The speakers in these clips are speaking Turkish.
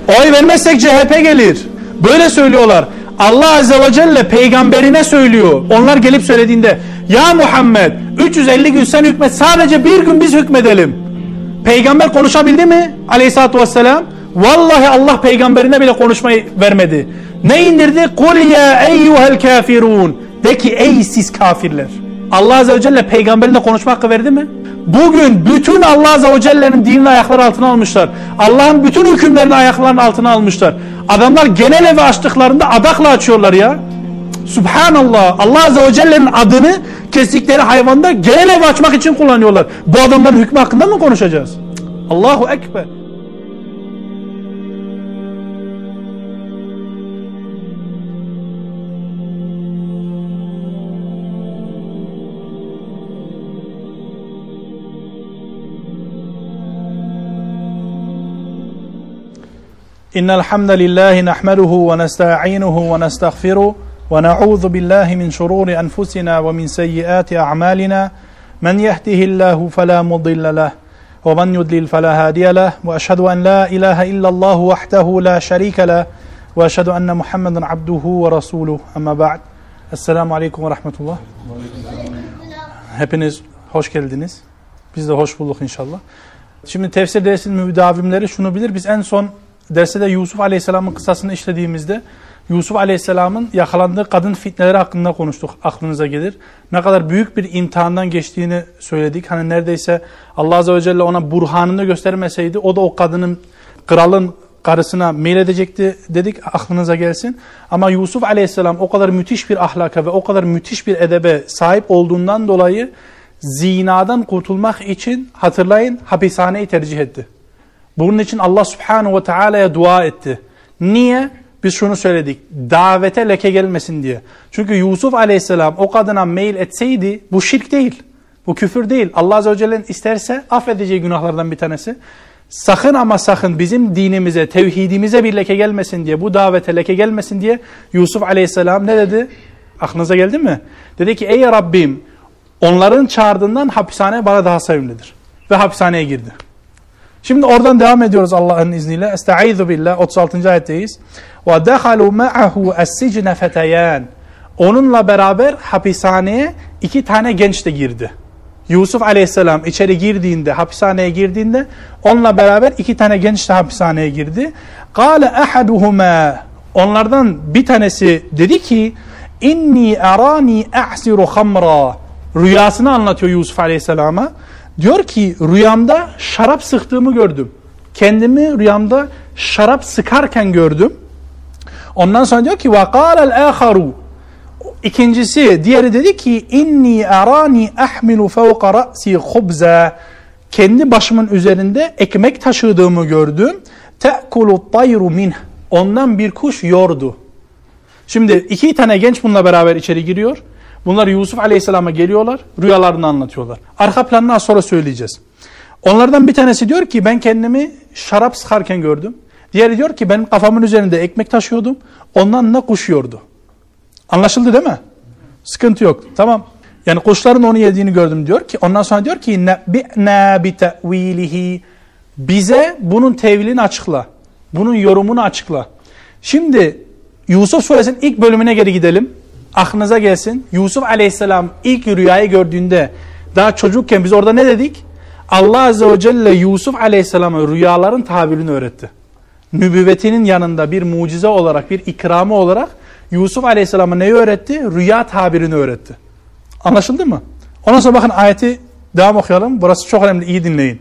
Oy vermezsek CHP gelir. Böyle söylüyorlar. Allah Azze ve Celle peygamberine söylüyor. Onlar gelip söylediğinde ya Muhammed 350 gün sen hükmet, sadece bir gün biz hükmedelim. Peygamber konuşabildi mi? Aleyhisselatü Vesselam. Vallahi Allah peygamberine bile konuşmayı vermedi. Ne indirdi? Kul ya eyyuhel kafirun. De ki ey siz kafirler. Allah Azze ve Celle peygamberine konuşma hakkı verdi mi? Bugün bütün Allah Azze ve Celle'nin dinini ayakları altına almışlar. Allah'ın bütün hükümlerini ayaklarının altına almışlar. Adamlar genel evi açtıklarında adakla açıyorlar ya. Subhanallah. Allah Azze ve Celle'nin adını kestikleri hayvanda genel evi açmak için kullanıyorlar. Bu adamların hükmü hakkında mı konuşacağız? Allahu Ekber. İnnel hamdelellahi nahmeduhu ve nestainuhu ve nestağfiruh ve na'udzu billahi min şururi enfusina ve min seyyiati a'malina. Men yehdihillahu fela mudille leh ve men yudlil fela hadiye leh ve eşhedü en la ilahe illallah vahdehu la şerike leh ve eşhedü enne Muhammeden abduhu ve rasuluh. Amma ba'd. Esselamu aleyküm ve rahmetullah. Hepiniz hoş geldiniz. Biz de hoş bulduk inşallah. Şimdi tefsir dersinin müdavimleri şunu bilir. Biz en son derste de Yusuf Aleyhisselam'ın kıssasını işlediğimizde Yusuf Aleyhisselam'ın yakalandığı kadın fitneleri hakkında konuştuk. Aklınıza gelir. Ne kadar büyük bir imtihandan geçtiğini söyledik. Hani neredeyse Allah Azze ve Celle ona burhanını göstermeseydi o da o kadının, kralın karısına meyledecekti dedik, aklınıza gelsin. Ama Yusuf Aleyhisselam o kadar müthiş bir ahlaka ve o kadar müthiş bir edebe sahip olduğundan dolayı zinadan kurtulmak için, hatırlayın, hapishaneyi tercih etti. Bunun için Allah Subhanahu ve Teala'ya dua etti. Niye? Biz şunu söyledik. Davete leke gelmesin diye. Çünkü Yusuf Aleyhisselam o kadına meyil etseydi bu şirk değil. Bu küfür değil. Allah Azze ve Celle'nin isterse affedeceği günahlardan bir tanesi. Sakın ama sakın bizim dinimize, tevhidimize bir leke gelmesin diye, bu davete leke gelmesin diye Yusuf Aleyhisselam ne dedi? Aklınıza geldi mi? Dedi ki ey Rabbim, onların çağırdığından hapishane bana daha sevimlidir. Ve hapishaneye girdi. Şimdi oradan devam ediyoruz Allah'ın izniyle. Estaizu billah, 36. ayetteyiz. وَدَخَلُوا مَعَهُ السِّجْنَ فَتَيَانِ. Onunla beraber hapishaneye 2 tane genç de girdi. Yusuf Aleyhisselam içeri girdiğinde, hapishaneye girdiğinde onunla beraber 2 tane genç de hapishaneye girdi. قَالَ أَحَدُهُمَا. Onlardan bir tanesi dedi ki اِنِّي أَرَانِي أَعْسِرُ خَمْرًا. Rüyasını anlatıyor Yusuf Aleyhisselam'a. Diyor ki rüyamda şarap sıktığımı gördüm. Kendimi rüyamda şarap sıkarken gördüm. Ondan sonra diyor ki وَقَالَ الْآخَرُ. İkincisi, diğeri dedi ki اِنِّي أَرَانِي أَحْمِلُ فَوْقَ رَأْسِي خُبْزًا. Kendi başımın üzerinde ekmek taşıdığımı gördüm. تَأْكُلُ الطَّيْرُ مِنْهِ. Ondan bir kuş yordu. Şimdi 2 tane genç bununla beraber içeri giriyor. Bunlar Yusuf Aleyhisselam'a geliyorlar, rüyalarını anlatıyorlar. Arka planını az sonra söyleyeceğiz. Onlardan bir tanesi diyor ki ben kendimi şarap sıkarken gördüm. Diğeri diyor ki ben kafamın üzerinde ekmek taşıyordum, ondan da kuş yordu. Anlaşıldı değil mi? Sıkıntı yok. Tamam. Yani kuşların onu yediğini gördüm diyor ki. Ondan sonra diyor ki نَبِئْنَا بِتَأْو۪يلِهِ. Bize bunun tevilini açıkla. Bunun yorumunu açıkla. Şimdi Yusuf Suresinin ilk bölümüne geri gidelim. Aklınıza gelsin. Yusuf Aleyhisselam ilk rüyayı gördüğünde daha çocukken biz orada ne dedik? Allah Azze ve Celle Yusuf Aleyhisselam'a rüyaların tabirini öğretti. Nübüvvetinin yanında bir mucize olarak, bir ikramı olarak Yusuf Aleyhisselam'a neyi öğretti? Rüya tabirini öğretti. Anlaşıldı mı? Ondan sonra bakın ayeti devam okuyalım. Burası çok önemli. İyi dinleyin.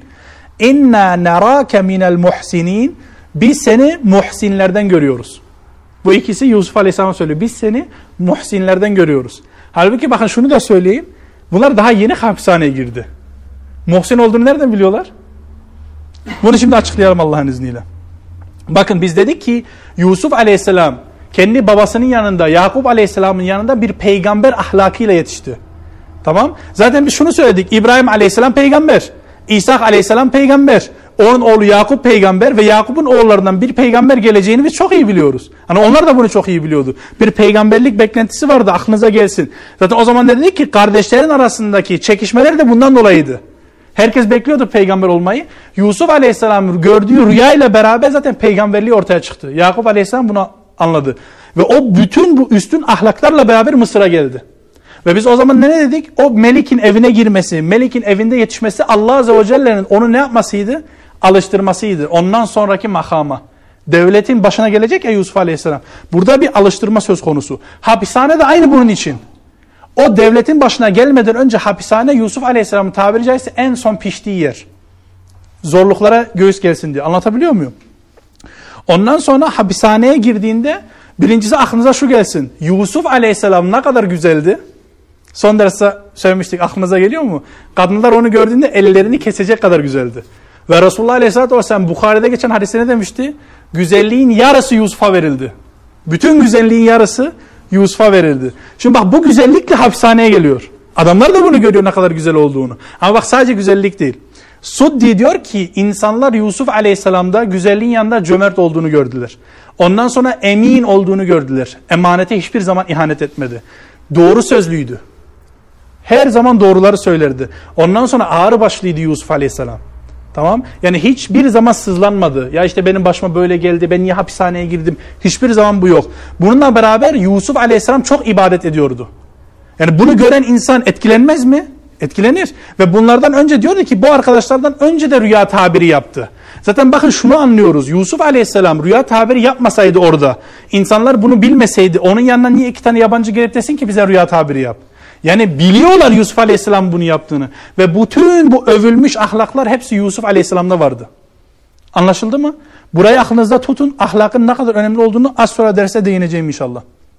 İnna naraka minel muhsinin. Biz seni muhsinlerden görüyoruz. Bu ikisi Yusuf Aleyhisselam'a söylüyor. Biz seni muhsinlerden görüyoruz. Halbuki bakın şunu da söyleyeyim. Bunlar daha yeni hapishaneye girdi. Muhsin olduğunu nereden biliyorlar? Bunu şimdi açıklayalım Allah'ın izniyle. Bakın biz dedik ki Yusuf Aleyhisselam kendi babasının yanında, Yakup Aleyhisselam'ın yanında bir peygamber ahlakıyla yetişti. Tamam? Zaten biz şunu söyledik. İbrahim Aleyhisselam peygamber. İsa Aleyhisselam peygamber. Onun oğlu Yakup peygamber ve Yakup'un oğullarından bir peygamber geleceğini biz çok iyi biliyoruz. Hani onlar da bunu çok iyi biliyordu. Bir peygamberlik beklentisi vardı, aklınıza gelsin. Zaten o zaman dedik ki kardeşlerin arasındaki çekişmeler de bundan dolayıydı. Herkes bekliyordu peygamber olmayı. Yusuf Aleyhisselam gördüğü rüya ile beraber zaten peygamberliği ortaya çıktı. Yakup Aleyhisselam bunu anladı. Ve o bütün bu üstün ahlaklarla beraber Mısır'a geldi. Ve biz o zaman ne dedik? O Melik'in evine girmesi, Melik'in evinde yetişmesi Allah Azze ve Celle'nin onu ne yapmasıydı? Alıştırmasıydı. Ondan sonraki makama. Devletin başına gelecek ya Yusuf Aleyhisselam. Burada bir alıştırma söz konusu. Hapishane de aynı bunun için. O devletin başına gelmeden önce hapishane Yusuf Aleyhisselam'ın tabiri caizse en son piştiği yer. Zorluklara göğüs gelsin diye. Anlatabiliyor muyum? Ondan sonra hapishaneye girdiğinde birincisi aklınıza şu gelsin. Yusuf Aleyhisselam ne kadar güzeldi. Son derste söylemiştik. Aklınıza geliyor mu? Kadınlar onu gördüğünde ellerini kesecek kadar güzeldi. Ve Resulullah Aleyhisselatü Vesselam Bukhari'de geçen hadiste ne demişti? Güzelliğin yarısı Yusuf'a verildi. Bütün güzelliğin yarısı Yusuf'a verildi. Şimdi bak bu güzellikle hapishaneye geliyor. Adamlar da bunu görüyor ne kadar güzel olduğunu. Ama bak sadece güzellik değil. Suddi diyor ki insanlar Yusuf Aleyhisselam'da güzelliğin yanında cömert olduğunu gördüler. Ondan sonra emin olduğunu gördüler. Emanete hiçbir zaman ihanet etmedi. Doğru sözlüydü. Her zaman doğruları söylerdi. Ondan sonra ağırbaşlıydı Yusuf Aleyhisselam. Tamam? Yani hiçbir zaman sızlanmadı. Ya işte benim başıma böyle geldi, ben niye hapishaneye girdim? Hiçbir zaman bu yok. Bununla beraber Yusuf Aleyhisselam çok ibadet ediyordu. Yani bunu gören insan etkilenmez mi? Etkilenir. Ve bunlardan önce diyordu ki bu arkadaşlardan önce de rüya tabiri yaptı. Zaten bakın şunu anlıyoruz. Yusuf Aleyhisselam rüya tabiri yapmasaydı orada, insanlar bunu bilmeseydi, onun yanına niye 2 tane yabancı gelip desin ki bize rüya tabiri yap? Yani biliyorlar Yusuf Aleyhisselam bunu yaptığını. Ve bütün bu övülmüş ahlaklar hepsi Yusuf Aleyhisselam'da vardı. Anlaşıldı mı? Burayı aklınızda tutun. Ahlakın ne kadar önemli olduğunu az sonra derse değineceğim inşallah.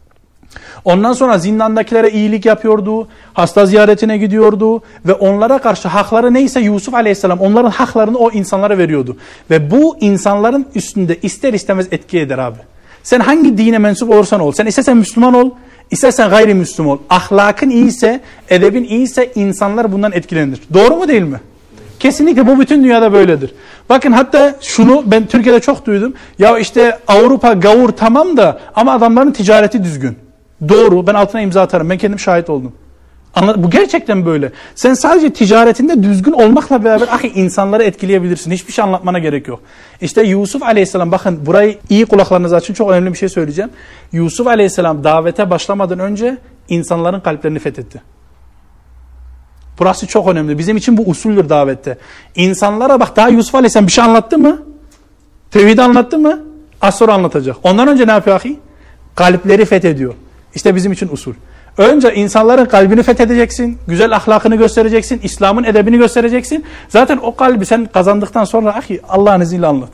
Ondan sonra zindandakilere iyilik yapıyordu. Hasta ziyaretine gidiyordu. Ve onlara karşı hakları neyse Yusuf Aleyhisselam onların haklarını o insanlara veriyordu. Ve bu insanların üstünde ister istemez etki eder abi. Sen hangi dine mensup olursan ol. Sen istersen Müslüman ol. İstersen gayrimüslim ol. Ahlakın iyiyse, edebin iyiyse insanlar bundan etkilenir. Doğru mu değil mi? Kesinlikle bu bütün dünyada böyledir. Bakın hatta şunu ben Türkiye'de çok duydum. Ya işte Avrupa gavur tamam da ama adamların ticareti düzgün. Doğru, ben altına imza atarım. Ben kendim şahit oldum. Bu gerçekten böyle. Sen sadece ticaretinde düzgün olmakla beraber insanları etkileyebilirsin. Hiçbir şey anlatmana gerek yok. İşte Yusuf Aleyhisselam, bakın burayı iyi kulaklarınızı açın, çok önemli bir şey söyleyeceğim. Yusuf Aleyhisselam davete başlamadan önce insanların kalplerini fethetti. Burası çok önemli. Bizim için bu usuldür davette. İnsanlara bak, daha Yusuf Aleyhisselam bir şey anlattı mı? Tevhidi anlattı mı? Az sonra anlatacak. Ondan önce ne yapıyor ahi? Kalpleri fethediyor. İşte bizim için usul. Önce insanların kalbini fethedeceksin, güzel ahlakını göstereceksin, İslam'ın edebini göstereceksin. Zaten o kalbi sen kazandıktan sonra Allah'ın izniyle anlat.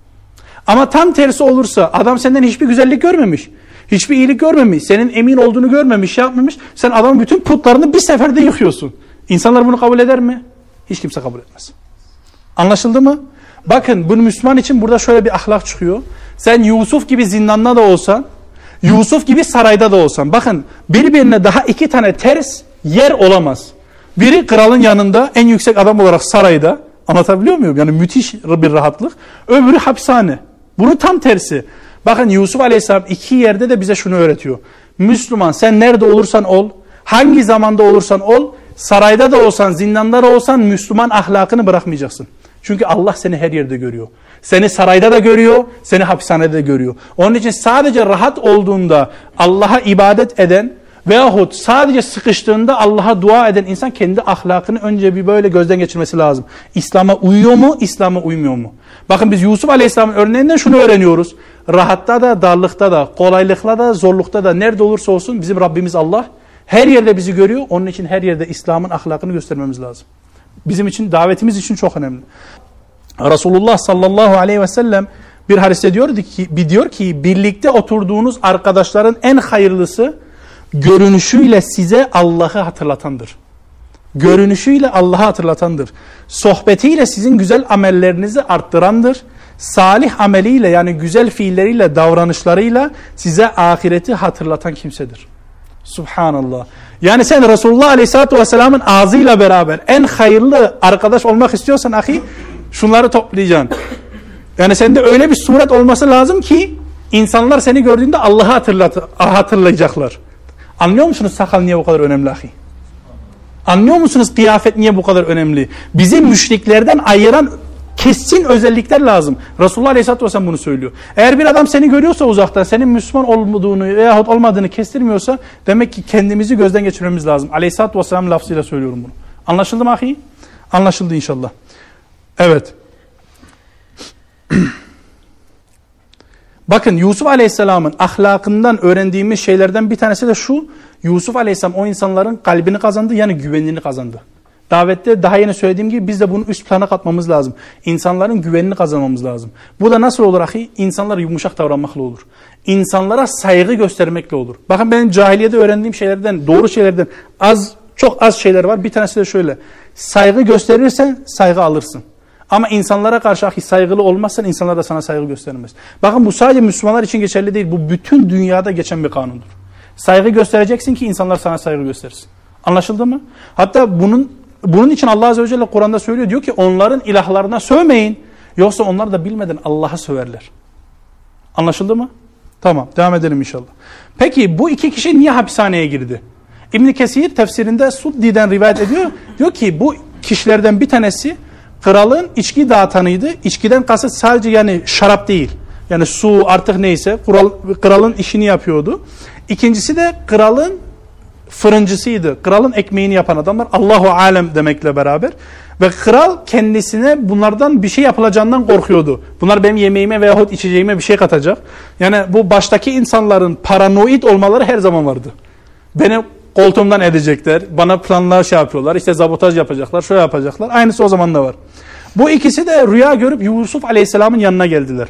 Ama tam tersi olursa, adam senden hiçbir güzellik görmemiş, hiçbir iyilik görmemiş, senin emin olduğunu görmemiş, şey yapmamış, sen adamın bütün putlarını bir seferde yıkıyorsun. İnsanlar bunu kabul eder mi? Hiç kimse kabul etmez. Anlaşıldı mı? Bakın bu Müslüman için burada şöyle bir ahlak çıkıyor. Sen Yusuf gibi zindanda da olsan, Yusuf gibi sarayda da olsan, bakın birbirine daha 2 tane ters yer olamaz. Biri kralın yanında en yüksek adam olarak sarayda, anlatabiliyor muyum? Yani müthiş bir rahatlık. Öbürü hapishane. Bunu tam tersi. Bakın Yusuf Aleyhisselam 2 yerde de bize şunu öğretiyor. Müslüman sen nerede olursan ol, hangi zamanda olursan ol, sarayda da olsan, zindanda da olsan Müslüman ahlakını bırakmayacaksın. Çünkü Allah seni her yerde görüyor. Seni sarayda da görüyor, seni hapishanede de görüyor. Onun için sadece rahat olduğunda Allah'a ibadet eden veyahut sadece sıkıştığında Allah'a dua eden insan kendi ahlakını önce bir böyle gözden geçirmesi lazım. İslam'a uyuyor mu, İslam'a uymuyor mu? Bakın biz Yusuf Aleyhisselam'ın örneğinden şunu öğreniyoruz. Rahatta da, darlıkta da, kolaylıkla da, zorlukta da nerede olursa olsun bizim Rabbimiz Allah her yerde bizi görüyor. Onun için her yerde İslam'ın ahlakını göstermemiz lazım. Bizim için, davetimiz için çok önemli. Resulullah sallallahu aleyhi ve sellem bir hadiste diyor ki birlikte oturduğunuz arkadaşların en hayırlısı görünüşüyle size Allah'ı hatırlatandır. Görünüşüyle Allah'ı hatırlatandır. Sohbetiyle sizin güzel amellerinizi arttırandır. Salih ameliyle yani güzel fiilleriyle, davranışlarıyla size ahireti hatırlatan kimsedir. Subhanallah. Yani sen Resulullah Aleyhisselatü Vesselam'ın ağzıyla beraber en hayırlı arkadaş olmak istiyorsan ahi, şunları toplayacaksın. Yani sende öyle bir suret olması lazım ki insanlar seni gördüğünde Allah'ı hatırlayacaklar. Anlıyor musunuz sakal niye bu kadar önemli ahi? Anlıyor musunuz kıyafet niye bu kadar önemli? Bizi müşriklerden ayıran kesin özellikler lazım. Resulullah Aleyhisselatü Vesselam bunu söylüyor. Eğer bir adam seni görüyorsa uzaktan, senin Müslüman olduğunu veyahut olmadığını kestirmiyorsa demek ki kendimizi gözden geçirmemiz lazım. Aleyhisselatü Vesselam lafzıyla söylüyorum bunu. Anlaşıldı mı ahi? Anlaşıldı inşallah. Evet. Bakın Yusuf Aleyhisselam'ın ahlakından öğrendiğimiz şeylerden bir tanesi de şu. Yusuf Aleyhisselam o insanların kalbini kazandı, yani güvenini kazandı. Davette daha yeni söylediğim gibi biz de bunu üst plana katmamız lazım. İnsanların güvenini kazanmamız lazım. Bu da nasıl olur ahi? İnsanlara yumuşak davranmakla olur. İnsanlara saygı göstermekle olur. Bakın benim cahiliyede öğrendiğim şeylerden, doğru şeylerden çok az şeyler var. Bir tanesi de şöyle. Saygı gösterirsen saygı alırsın. Ama insanlara karşı ahi saygılı olmazsan insanlar da sana saygı göstermez. Bakın bu sadece Müslümanlar için geçerli değil. Bu bütün dünyada geçen bir kanundur. Saygı göstereceksin ki insanlar sana saygı göstersin. Anlaşıldı mı? Hatta bunun için Allah Azze ve Celle Kur'an'da söylüyor. Diyor ki onların ilahlarına sövmeyin. Yoksa onlar da bilmeden Allah'a söverler. Anlaşıldı mı? Tamam, devam edelim inşallah. Peki bu iki kişi niye hapishaneye girdi? İbn Kesir tefsirinde Suddi'den rivayet ediyor. Diyor ki bu kişilerden bir tanesi kralın içki dağıtanıydı. İçkiden kasıt sadece yani şarap değil. Yani su artık neyse kralın işini yapıyordu. İkincisi de kralın fırıncısıydı. Kralın ekmeğini yapan adamlar Allahu alem demekle beraber. Ve kral kendisine bunlardan bir şey yapılacağından korkuyordu. Bunlar benim yemeğime veyahut içeceğime bir şey katacak. Yani bu baştaki insanların paranoid olmaları her zaman vardı. Beni koltuğumdan edecekler. Bana planlar şey yapıyorlar. İşte sabotaj yapacaklar. Şöyle yapacaklar. Aynısı o zaman da var. Bu ikisi de rüya görüp Yusuf Aleyhisselam'ın yanına geldiler.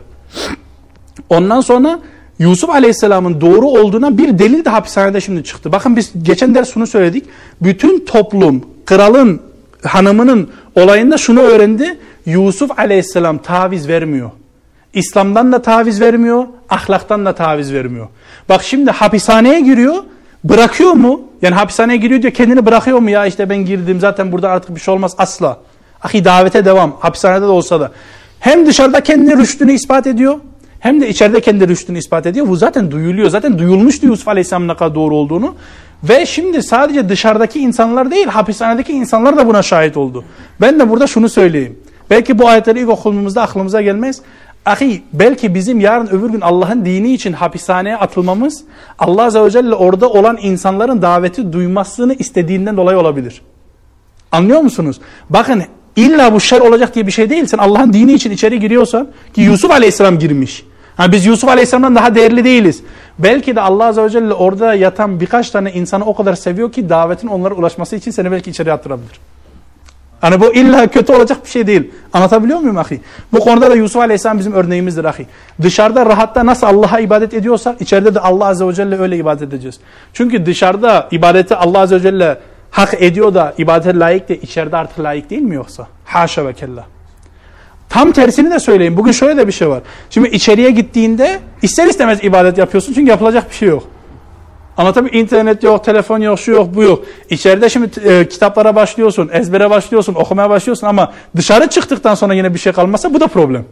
Ondan sonra Yusuf Aleyhisselam'ın doğru olduğuna bir delil de hapishanede şimdi çıktı. Bakın biz geçen ders şunu söyledik. Bütün toplum kralın hanımının olayında şunu öğrendi. Yusuf Aleyhisselam taviz vermiyor. İslam'dan da taviz vermiyor. Ahlaktan da taviz vermiyor. Bak şimdi hapishaneye giriyor. Bırakıyor mu? Yani hapishaneye giriyor diyor kendini bırakıyor mu? Ya işte ben girdim zaten burada artık bir şey olmaz asla. Ahi davete devam. Hapishanede de olsa da. Hem dışarıda kendini rüştünü ispat ediyor. Hem de içeride kendi rüştünü ispat ediyor. Bu zaten duyuluyor. Zaten duyulmuştu Yusuf Aleyhisselam'ın ne kadar doğru olduğunu. Ve şimdi sadece dışarıdaki insanlar değil, hapishanedeki insanlar da buna şahit oldu. Ben de burada şunu söyleyeyim. Belki bu ayetleri ilk okumamızda aklımıza gelmez. Ahi belki bizim yarın öbür gün Allah'ın dini için hapishaneye atılmamız Allah Azze ve Celle orada olan insanların daveti duymasını istediğinden dolayı olabilir. Anlıyor musunuz? Bakın illa bu şer olacak diye bir şey değil. Sen Allah'ın dini için içeri giriyorsan ki Yusuf Aleyhisselam girmiş. Biz Yusuf Aleyhisselam'dan daha değerli değiliz. Belki de Allah Azze ve Celle orada yatan birkaç tane insanı o kadar seviyor ki davetin onlara ulaşması için seni belki içeri attırabilir. Hani bu illa kötü olacak bir şey değil. Anlatabiliyor muyum ahi? Bu konuda da Yusuf Aleyhisselam bizim örneğimizdir ahi. Dışarıda rahatta nasıl Allah'a ibadet ediyorsak içeride de Allah Azze ve Celle öyle ibadet edeceğiz. Çünkü dışarıda ibadeti Allah Azze ve Celle hak ediyor da ibadete layık de içeride artık layık değil mi yoksa? Haşa ve kella. Tam tersini de söyleyeyim. Bugün şöyle de bir şey var. Şimdi içeriye gittiğinde ister istemez ibadet yapıyorsun çünkü yapılacak bir şey yok. Anlatabiliyor muyum? İnternet yok, telefon yok, şu yok, bu yok. İçeride şimdi kitaplara başlıyorsun, ezbere başlıyorsun, okumaya başlıyorsun ama dışarı çıktıktan sonra yine bir şey kalmazsa bu da problem.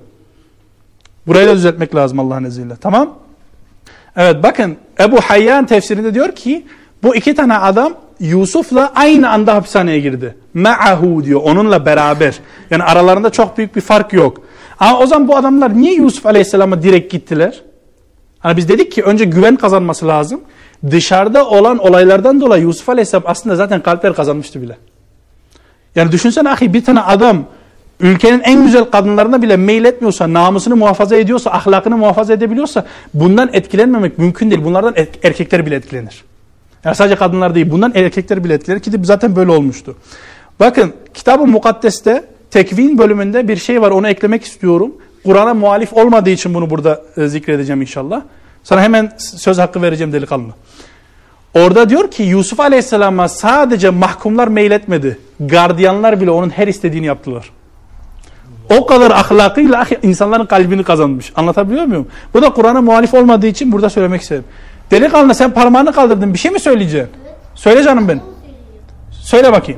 Burayı da düzeltmek lazım Allah'ın izniyle. Tamam? Evet bakın Ebu Hayyan tefsirinde diyor ki bu iki tane adam Yusuf'la aynı anda hapishaneye girdi. Ma'ahu diyor, onunla beraber. Yani aralarında çok büyük bir fark yok. Ama o zaman bu adamlar niye Yusuf Aleyhisselam'a direkt gittiler? Hani biz dedik ki önce güven kazanması lazım. Dışarıda olan olaylardan dolayı Yusuf Aleyhisselam aslında zaten kalpler kazanmıştı bile. Yani düşünsene ahi bir tane adam ülkenin en güzel kadınlarına bile meyletmiyorsa, namusunu muhafaza ediyorsa, ahlakını muhafaza edebiliyorsa bundan etkilenmemek mümkün değil. Bunlardan erkekler bile etkilenir. Yani sadece kadınlar değil, bundan erkekler bile etkilenir ki zaten böyle olmuştu. Bakın Kitab-ı Mukaddes'te Tekvin bölümünde bir şey var, onu eklemek istiyorum. Kur'an'a muhalif olmadığı için bunu burada zikredeceğim inşallah. Sana hemen söz hakkı vereceğim delikanlı. Orada diyor ki Yusuf Aleyhisselam'a sadece mahkumlar meyletmedi. Gardiyanlar bile onun her istediğini yaptılar. O kadar ahlakıyla insanların kalbini kazanmış. Anlatabiliyor muyum? Bu da Kur'an'a muhalif olmadığı için burada söylemek istedim. Delikanlı sen parmağını kaldırdın. Bir şey mi söyleyeceksin? Evet. Söyle canım ben. Söyle bakayım.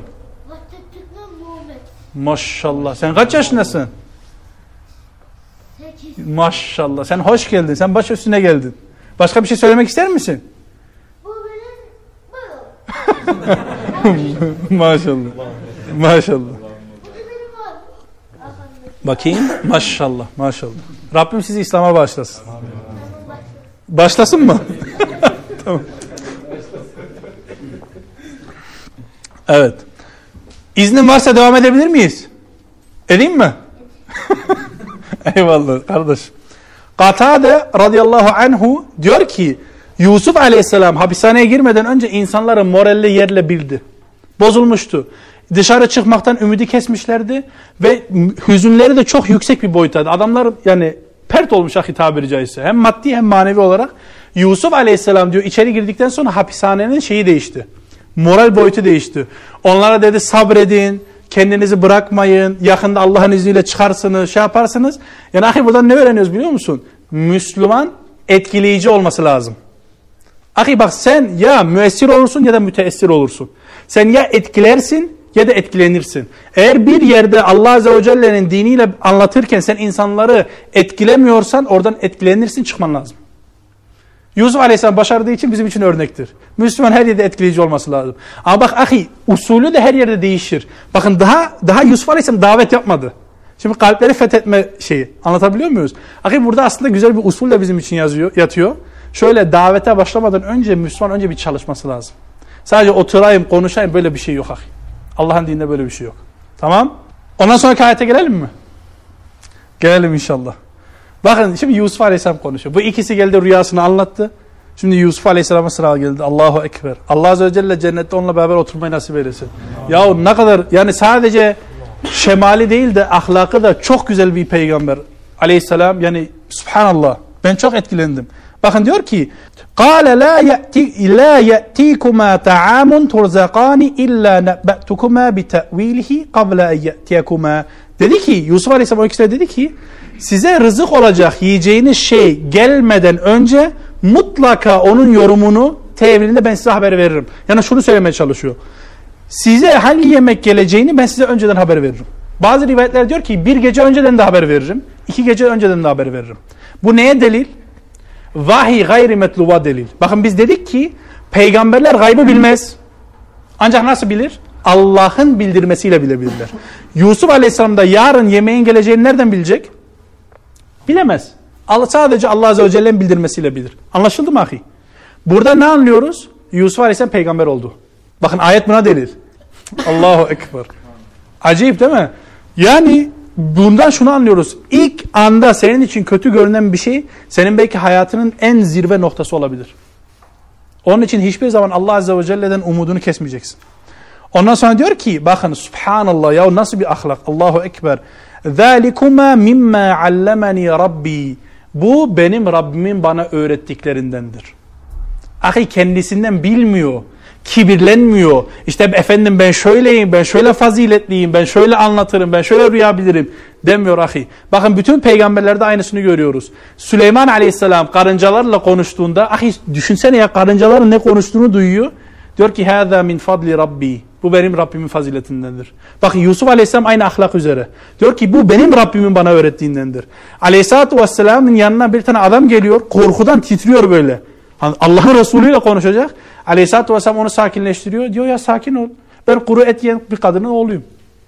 Maşallah. Sen kaç yaşındasın? 8. Maşallah. Sen hoş geldin. Sen baş üstüne geldin. Başka bir şey söylemek ister misin? Bu benim. Maşallah. Maşallah. Bakayım. Maşallah. Maşallah. Rabbim sizi İslam'a bağışlasın. Başlasın mı? Tamam. Evet. İznin varsa devam edebilir miyiz? Edeyim mi? Eyvallah kardeş. Katade radıyallahu anhu diyor ki Yusuf aleyhisselam hapishaneye girmeden önce insanların moralli yerle bildi. Bozulmuştu. Dışarı çıkmaktan ümidi kesmişlerdi ve hüzünleri de çok yüksek bir boyuttaydı. Adamlar yani pert olmuş ahi tabiri caizse. Hem maddi hem manevi olarak. Yusuf aleyhisselam diyor içeri girdikten sonra hapishanenin şeyi değişti. Moral boyutu değişti. Onlara dedi sabredin, kendinizi bırakmayın, yakında Allah'ın izniyle çıkarsınız, şey yaparsınız. Yani ahi buradan ne öğreniyoruz biliyor musun? Müslüman etkileyici olması lazım. Ahi bak sen ya müessir olursun ya da müteessir olursun. Sen ya etkilersin ya da etkilenirsin. Eğer bir yerde Allah Azze ve Celle'nin diniyle anlatırken sen insanları etkilemiyorsan oradan etkilenirsin, çıkman lazım. Yusuf Aleyhisselam başardığı için bizim için örnektir. Müslüman her yerde etkileyici olması lazım. Ama bak ahi usulü de her yerde değişir. Bakın daha Yusuf Aleyhisselam davet yapmadı. Şimdi kalpleri fethetme şeyi anlatabiliyor muyuz? Ahi burada aslında güzel bir usul de bizim için yatıyor. Şöyle davete başlamadan önce Müslüman önce bir çalışması lazım. Sadece oturayım konuşayım böyle bir şey yok ahi. Allah'ın dininde böyle bir şey yok. Tamam? Ondan sonraki ayete gelelim mi? Gelelim inşallah. Bakın şimdi Yusuf Aleyhisselam konuşuyor. Bu ikisi geldi rüyasını anlattı. Şimdi Yusuf Aleyhisselam'a sıra geldi. Allahu Ekber. Allah Azze ve Celle cennette onunla beraber oturmayı nasip eylesin. Ya ne kadar yani sadece şemali değil de ahlakı da çok güzel bir peygamber. Aleyhisselam yani subhanallah. Ben çok etkilendim. Bakın diyor ki قَالَ لَا يَأْتِيكُمَا طَعَامٌ تُرْزَقَانِ إِلَّا نَبَّأْتُكُمَا بِتَأْوِيلِهِ قَبْلَ اَنْ يَأْتِيَكُمَا. Dedi ki Yusuf Aleyhisselam o ikisine dedi ki size rızık olacak yiyeceğiniz şey gelmeden önce mutlaka onun yorumunu tevilinde ben size haber veririm. Yani şunu söylemeye çalışıyor. Size hangi yemek geleceğini ben size önceden haber veririm. Bazı rivayetler diyor ki bir gece önceden de haber veririm. 2 gece önceden de haber veririm. Bu neye delil? Vahiy gayri metluba delil. Bakın biz dedik ki peygamberler gaybı bilmez. Ancak nasıl bilir? Allah'ın bildirmesiyle bilebilirler. Yusuf Aleyhisselam da yarın yemeğin geleceğini nereden bilecek? Bilemez. Sadece Allah Azze ve Celle'nin bildirmesiyle bilir. Anlaşıldı mı ahi? Burada ne anlıyoruz? Yusuf Aleyhisselam peygamber oldu. Bakın ayet buna delil. Allahu Ekber. Acayip değil mi? Yani bundan şunu anlıyoruz. İlk anda senin için kötü görünen bir şey senin belki hayatının en zirve noktası olabilir. Onun için hiçbir zaman Allah Azze ve Celle'den umudunu kesmeyeceksin. Ondan sonra diyor ki bakın subhanallah ya nasıl bir ahlak. Allahu Ekber. ذَٰلِكُمَا مِمَّا عَلَّمَنِي Rabbi. Bu benim Rabbimin bana öğrettiklerindendir. Ahi kendisinden bilmiyor. Kibirlenmiyor. İşte efendim ben şöyleyim, ben şöyle faziletliyim, ben şöyle anlatırım, ben şöyle rüya bilirim demiyor ahi. Bakın bütün peygamberlerde aynısını görüyoruz. Süleyman Aleyhisselam karıncalarla konuştuğunda ahi düşünsene ya karıncaların ne konuştuğunu duyuyor. Diyor ki hâzâ min fadli Rabbi. Bu benim Rabbimin faziletindendir. Bakın Yusuf Aleyhisselam aynı ahlak üzere. Diyor ki bu benim Rabbimin bana öğrettiğindendir. Aleyhisselatü Vesselam'ın yanına bir tane adam geliyor. Korkudan titriyor böyle. Allah'ın Resulü ile konuşacak. Aleyhisselatü Vesselam onu sakinleştiriyor. Diyor ya sakin ol. Ben kuru et yiyen bir kadının oğluyum.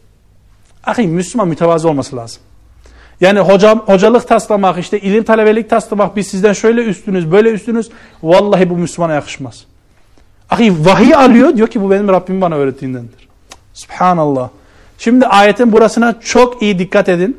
Ahi Müslüman mütevazı olması lazım. Yani hocalık taslamak, işte ilim talebelik taslamak, biz sizden şöyle üstünüz, böyle üstünüz. Vallahi bu Müslümana yakışmaz. Ahi vahiy alıyor, diyor ki bu benim Rabbim bana öğrettiğindendir. Subhanallah. Şimdi ayetin burasına çok iyi dikkat edin.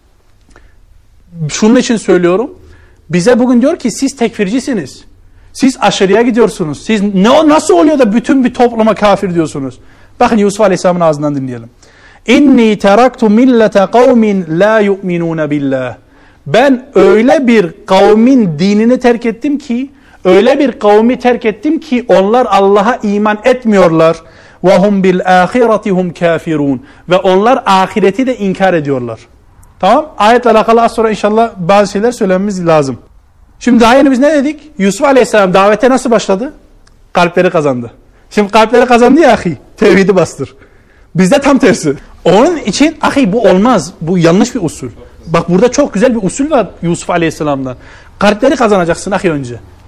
Şunun için söylüyorum. Bize bugün diyor ki siz tekfircisiniz. Siz aşırıya gidiyorsunuz. Siz nasıl oluyor da bütün bir topluma kafir diyorsunuz? Bakın Yusuf Aleyhisselam'ın ağzından dinleyelim. İnni teraktu millete kavmin la yu'minun billah. Ben öyle bir kavmin dinini terk ettim ki, öyle bir kavmi terk ettim ki onlar Allah'a iman etmiyorlar. Ve hum bil ahireti hum kafirun. Ve onlar ahireti de inkar ediyorlar. Tamam? Ayetle alakalı az sonra inşallah bazı şeyler söylememiz lazım. Şimdi daha yeni biz ne dedik? Yusuf Aleyhisselam davete nasıl başladı? Kalpleri kazandı. Şimdi kalpleri kazandı ya ahi. Tevhidi bastır. Bizde tam tersi. Onun için ahi bu olmaz. Bu yanlış bir usul. Bak burada çok güzel bir usul var Yusuf Aleyhisselam'dan. Kalpleri kazanacaksın ahi önce.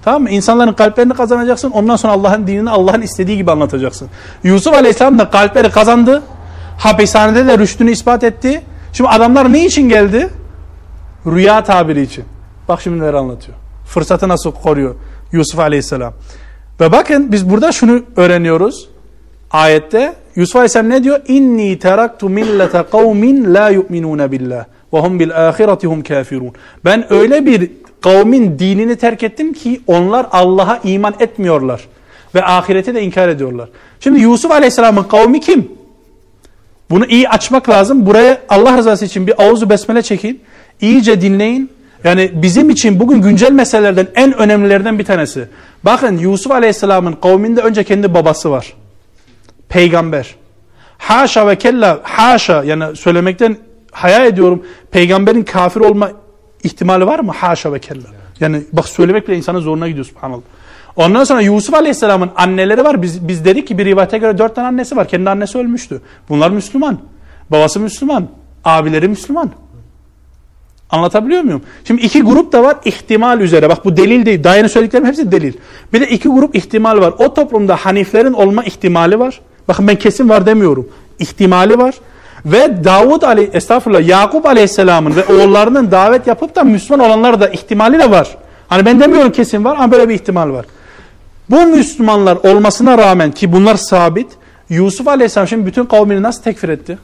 Tamam mı? İnsanların kalplerini kazanacaksın. Ondan sonra Allah'ın dinini Allah'ın istediği gibi anlatacaksın. Yusuf Aleyhisselam da kalpleri kazandı. Hapishanede de rüştünü ispat etti. Şimdi adamlar ne için geldi? Rüya tabiri için. Bak şimdi neler anlatıyor. Fırsatı nasıl koruyor Yusuf Aleyhisselam. Ve bakın biz burada şunu öğreniyoruz. Ayette Yusuf Aleyhisselam ne diyor? İnni teraktu millete kavmin la yu'minun billah ve hum bil ahireti hum kafirun. Ben öyle bir kavmin dinini terk ettim ki onlar Allah'a iman etmiyorlar ve ahireti de inkar ediyorlar. Şimdi Yusuf Aleyhisselam'ın kavmi kim? Bunu iyi açmak lazım. Buraya Allah rızası için bir auzu besmele çekin. İyice dinleyin. Yani bizim için bugün güncel meselelerden en önemlilerden bir tanesi. Bakın Yusuf Aleyhisselam'ın kavminde önce kendi babası var. Peygamber. Haşa ve kella, haşa yani söylemekten haya ediyorum. Peygamberin kafir olma ihtimali var mı? Haşa ve kella. Yani bak söylemek bile insanın zoruna gidiyor subhanallah. Ondan sonra Yusuf Aleyhisselam'ın anneleri var. Biz dedik ki bir rivayete göre 4 tane annesi var. Kendi annesi ölmüştü. Bunlar Müslüman. Babası Müslüman. Abileri Müslüman. Anlatabiliyor muyum? Şimdi iki grup da var ihtimal üzere. Bak bu delil değil. Daha yeni söylediklerim hepsi delil. Bir de iki grup ihtimal var. O toplumda Haniflerin olma ihtimali var. Bakın ben kesin var demiyorum. İhtimali var. Ve Yakup Aleyhisselam'ın ve oğullarının davet yapıp da Müslüman olanlar da ihtimali de var. Hani ben demiyorum kesin var ama böyle bir ihtimal var. Bu Müslümanlar olmasına rağmen ki bunlar sabit, Yusuf Aleyhisselam şimdi bütün kavmini nasıl tekfir etti?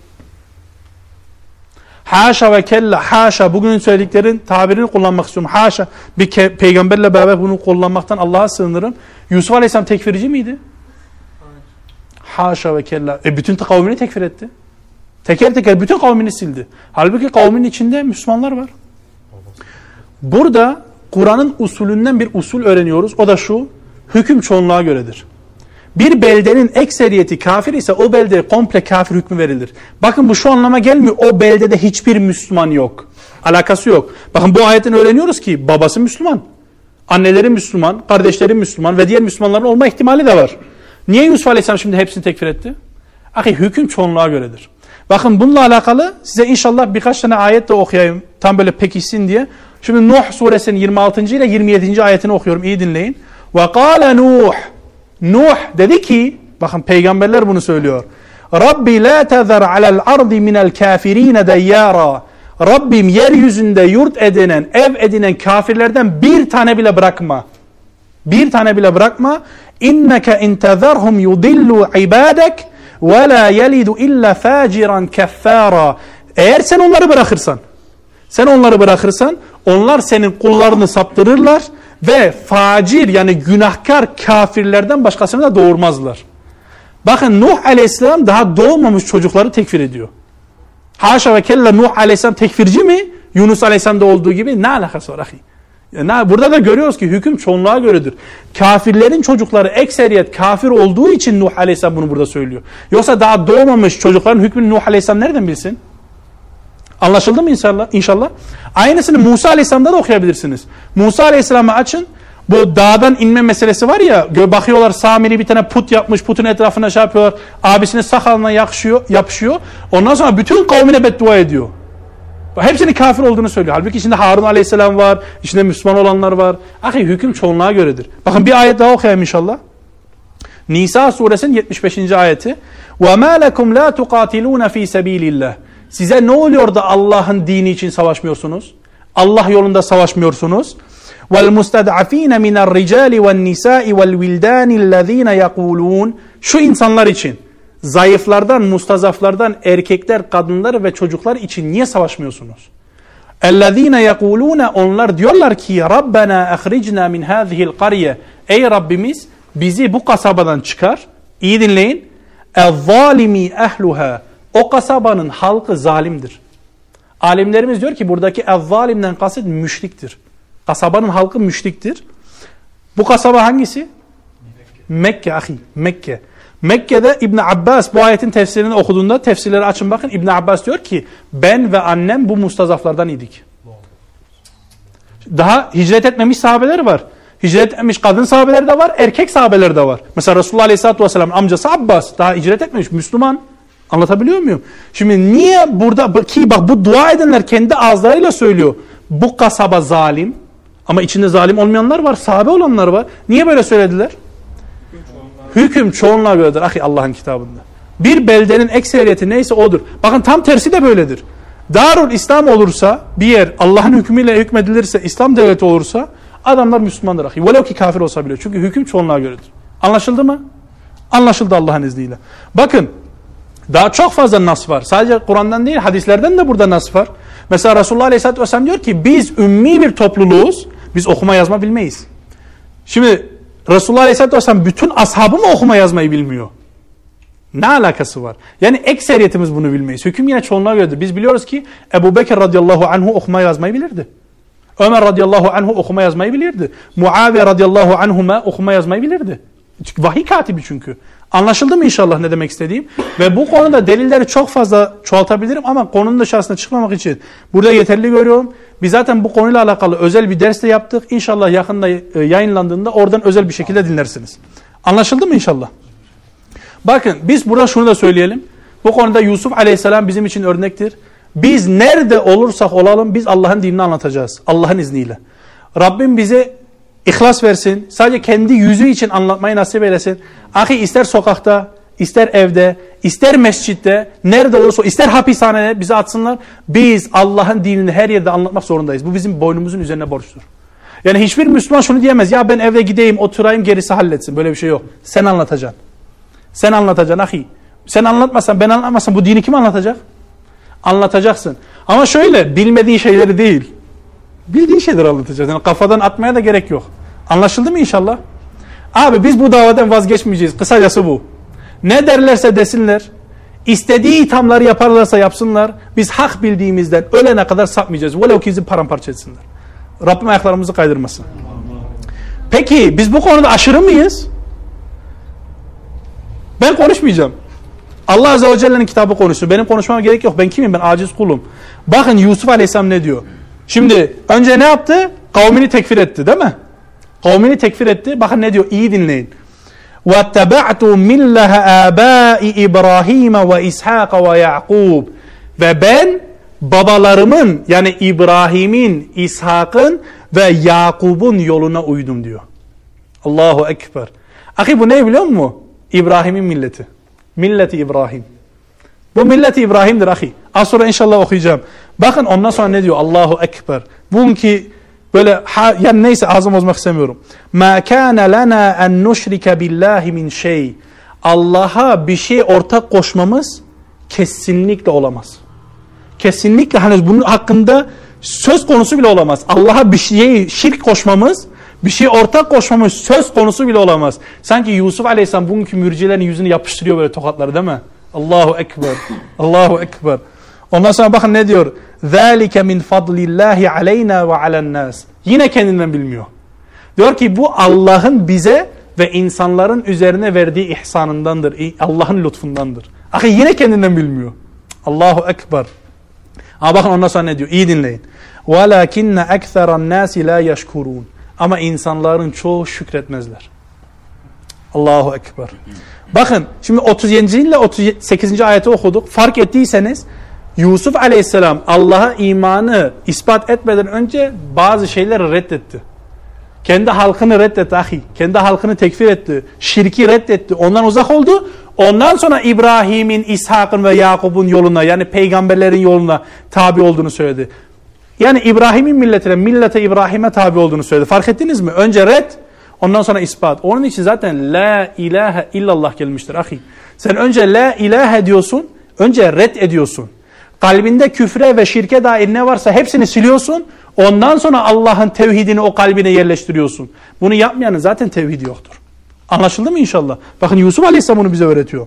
Haşa ve kella, haşa, bugünün söylediklerin tabirini kullanmak istiyorum. Haşa, bir peygamberle beraber bunu kullanmaktan Allah'a sığınırım. Yusuf Aleyhisselam tekfirci miydi? Haşa ve kella. Bütün kavmini tekfir etti. Teker teker bütün kavmini sildi. Halbuki kavmin içinde Müslümanlar var. Burada Kur'an'ın usulünden bir usul öğreniyoruz. O da şu, hüküm çoğunluğa göredir. Bir beldenin ekseriyeti kafir ise o beldeye komple kafir hükmü verilir. Bakın bu şu anlama gelmiyor. O beldede hiçbir Müslüman yok. Alakası yok. Bakın bu ayetten öğreniyoruz ki babası Müslüman. Anneleri Müslüman, kardeşleri Müslüman ve diğer Müslümanların olma ihtimali de var. Niye Yusuf Aleyhisselam şimdi hepsini tekfir etti? Ahi hüküm çoğunluğa göredir. Bakın bununla alakalı size inşallah birkaç tane ayet de okuyayım. Tam böyle pekişsin diye. Şimdi Nuh suresinin 26. ile 27. ayetini okuyorum. İyi dinleyin. Ve kâle Nuh. Nuh dedi ki, bakın peygamberler bunu söylüyor. Rabbi la tezer alel ardi minel kafirine deyyara. Rabbim yeryüzünde yurt edinen, ev edinen kafirlerden bir tane bile bırakma. Bir tane bile bırakma. İnneke intezerhum yudillu ibadek ve la yelidu illa faciran keffara. Eğer sen onları bırakırsan, onlar senin kullarını saptırırlar ve facir yani günahkar kafirlerden başkasını da doğurmazlar. Bakın Nuh Aleyhisselam daha doğmamış çocukları tekfir ediyor. Haşa ve kella Nuh Aleyhisselam tekfirci mi? Yunus Aleyhisselam'da olduğu gibi ne alakası var ahi? Burada da görüyoruz ki hüküm çoğunluğa göredir. Kafirlerin çocukları ekseriyet kafir olduğu için Nuh Aleyhisselam bunu burada söylüyor. Yoksa daha doğmamış çocukların hükmünü Nuh Aleyhisselam nereden bilsin? Anlaşıldı mı inşallah? Aynısını Musa Aleyhisselam'da da okuyabilirsiniz. Musa Aleyhisselam'ı açın. Bu dağdan inme meselesi var ya, bakıyorlar Samiri bir tane put yapmış, putun etrafına şey yapıyorlar. Abisinin sakalına yapışıyor. Ondan sonra bütün kavmine beddua ediyor. Hepsinin kafir olduğunu söylüyor. Halbuki içinde Harun Aleyhisselam var, içinde Müslüman olanlar var. Ahi hüküm çoğunluğa göredir. Bakın bir ayet daha okuyayım inşallah. Nisa suresinin 75. ayeti. وَمَا لَكُمْ لَا تُقَاتِلُونَ ف۪ي سَب۪يلِ اللّٰهِ Size ne oluyor da Allah'ın dini için savaşmıyorsunuz? Allah yolunda savaşmıyorsunuz. وَالْمُسْتَدْعَف۪ينَ مِنَ الرِّجَالِ وَالنِّسَاءِ وَالْوِلْدَانِ الَّذ۪ينَ يَقُولُونَ Şu insanlar için, zayıflardan, mustazaflardan, erkekler, kadınlar ve çocuklar için niye savaşmıyorsunuz? اَلَّذ۪ينَ يَقُولُونَ Onlar diyorlar ki رَبَّنَا اَخْرِجْنَا مِنْ هَذِهِ الْقَرْيَةِ Ey Rabbimiz bizi bu kasabadan çıkar. İyi dinleyin. اَظَّالِمِي اَهْلُهَا O kasabanın halkı zalimdir. Alimlerimiz diyor ki buradaki ev-zalimden kasıt müşriktir. Kasabanın halkı müşriktir. Bu kasaba hangisi? Mekke ahi. Mekke. Mekke'de İbn Abbas bu ayetin tefsirini okuduğunda tefsirleri açın bakın. İbn Abbas diyor ki ben ve annem bu mustazaflardan idik. Daha hicret etmemiş sahabeler var. Hicret etmiş kadın sahabeler de var, erkek sahabeler de var. Mesela Resulullah Aleyhisselatü Vesselam amcası Abbas daha hicret etmemiş, Müslüman. Anlatabiliyor muyum? Şimdi niye burada ki bak bu dua edenler kendi ağızlarıyla söylüyor. Bu kasaba zalim. Ama içinde zalim olmayanlar var, sahabe olanlar var. Niye böyle söylediler? Hüküm çoğunluğa göredir ahi Allah'ın kitabında. Bir beldenin ekseriyeti neyse odur. Bakın tam tersi de böyledir. Darul İslam olursa, bir yer Allah'ın hükmüyle hükmedilirse, İslam devleti olursa adamlar Müslümandır ahi. Velev ki kafir olsa bile. Çünkü hüküm çoğunluğa göredir. Anlaşıldı mı? Anlaşıldı Allah'ın izniyle. Bakın daha çok fazla nas var. Sadece Kur'an'dan değil hadislerden de burada nas var. Mesela Resulullah Aleyhisselatü Vesselam diyor ki biz ümmi bir topluluğuz. Biz okuma yazma bilmeyiz. Şimdi Resulullah Aleyhisselatü Vesselam bütün ashabı mı okuma yazmayı bilmiyor? Ne alakası var? Yani ekseriyetimiz bunu bilmeyiz. Hüküm yine çoğunluğa göredir. Biz biliyoruz ki Ebu Bekir radıyallahu anhu okuma yazmayı bilirdi. Ömer radıyallahu anhu okuma yazmayı bilirdi. Muaviye radıyallahu anhuma okuma yazmayı bilirdi. Vahiy katibi çünkü. Anlaşıldı mı inşallah ne demek istediğim? Ve bu konuda delilleri çok fazla çoğaltabilirim ama konunun dışarısına çıkmamak için burada yeterli görüyorum. Biz zaten bu konuyla alakalı özel bir ders de yaptık. İnşallah yakında yayınlandığında oradan özel bir şekilde dinlersiniz. Anlaşıldı mı inşallah? Bakın biz burada şunu da söyleyelim. Bu konuda Yusuf Aleyhisselam bizim için örnektir. Biz nerede olursak olalım biz Allah'ın dinini anlatacağız. Allah'ın izniyle. Rabbim bize İhlas versin. Sadece kendi yüzü için anlatmayı nasip eylesin. Ahi ister sokakta, ister evde, ister mescitte, nerede olursa, ister hapishanede bizi atsınlar. Biz Allah'ın dinini her yerde anlatmak zorundayız. Bu bizim boynumuzun üzerine borçtur. Yani hiçbir Müslüman şunu diyemez. Ya ben eve gideyim, oturayım, gerisi halletsin. Böyle bir şey yok. Sen anlatacaksın. Sen anlatacaksın ahi. Sen anlatmasan, ben anlatmasam bu dini kim anlatacak? Anlatacaksın. Ama şöyle, bilmediği şeyleri değil. Bildiğin şeyleri anlatacağız. Yani kafadan atmaya da gerek yok. Anlaşıldı mı inşallah? Abi biz bu davadan vazgeçmeyeceğiz. Kısacası bu. Ne derlerse desinler. İstediği ithamları yaparlarsa yapsınlar. Biz hak bildiğimizden ölene kadar sapmayacağız. Velev ki bizi paramparça etsinler. Rabbim ayaklarımızı kaydırmasın. Peki biz bu konuda aşırı mıyız? Ben konuşmayacağım. Allah Azze ve Celle'nin kitabı konuşuyor. Benim konuşmama gerek yok. Ben kimim? Ben aciz kulum. Bakın Yusuf Aleyhisselam ne diyor? Şimdi önce ne yaptı? Kavmini tekfir etti değil mi? Kavmini tekfir etti. Bakın ne diyor? İyi dinleyin. وَاتَّبَعْتُ مِلَّهَ آبَاءِ إِبْرَاهِيمَ وَإِسْحَاقَ وَيَعْقُوبَ Ve ben babalarımın yani İbrahim'in, İshak'ın ve Yakub'un yoluna uydum diyor. Allahu Ekber. Ahi bu ne biliyor musun? İbrahim'in milleti. Milleti İbrahim. Bu milleti İbrahim'dir ahi. Az sonra inşallah okuyacağım. Bakın ondan sonra ne diyor? Allahu Ekber. Bununki böyle yani neyse ağzımı bozmak istemiyorum. Ma kana lana en nushrike billahi min şey. Allah'a bir şey ortak koşmamız kesinlikle olamaz. Kesinlikle hani bunun hakkında söz konusu bile olamaz. Allah'a bir şey şirk koşmamız, bir şey ortak koşmamız söz konusu bile olamaz. Sanki Yusuf Aleyhisselam bugünkü mürcilerin yüzünü yapıştırıyor böyle tokatları değil mi? Allahu Ekber. Allahu Ekber. Ondan sonra bakın ne diyor? ذَٰلِكَ مِنْ فَضْلِ اللّٰهِ عَلَيْنَا وَعَلَى النَّاسِ Yine kendinden bilmiyor. Diyor ki bu Allah'ın bize ve insanların üzerine verdiği ihsanındandır. Allah'ın lütfundandır. Ahi yine kendinden bilmiyor. Allahu Ekber. Ama bakın ondan sonra ne diyor? İyi dinleyin. وَلَكِنَّ أَكْثَرَ النَّاسِ لَا يَشْكُرُونَ Ama insanların çoğu şükretmezler. Allahu Ekber. Bakın şimdi 37. ile 38. ayeti okuduk. Fark ettiyseniz Yusuf Aleyhisselam Allah'a imanı ispat etmeden önce bazı şeyleri reddetti. Kendi halkını reddetti ahi. Kendi halkını tekfir etti. Şirki reddetti. Ondan uzak oldu. Ondan sonra İbrahim'in, İshak'ın ve Yakub'un yoluna yani peygamberlerin yoluna tabi olduğunu söyledi. Yani İbrahim'in milletine, millete İbrahim'e tabi olduğunu söyledi. Fark ettiniz mi? Önce red, ondan sonra ispat. Onun için zaten la ilahe illallah gelmiştir ahi. Sen önce la ilahe diyorsun, önce red ediyorsun. Kalbinde küfre ve şirke dair ne varsa hepsini siliyorsun. Ondan sonra Allah'ın tevhidini o kalbine yerleştiriyorsun. Bunu yapmayanın zaten tevhidi yoktur. Anlaşıldı mı inşallah? Bakın Yusuf Aleyhisselam bunu bize öğretiyor.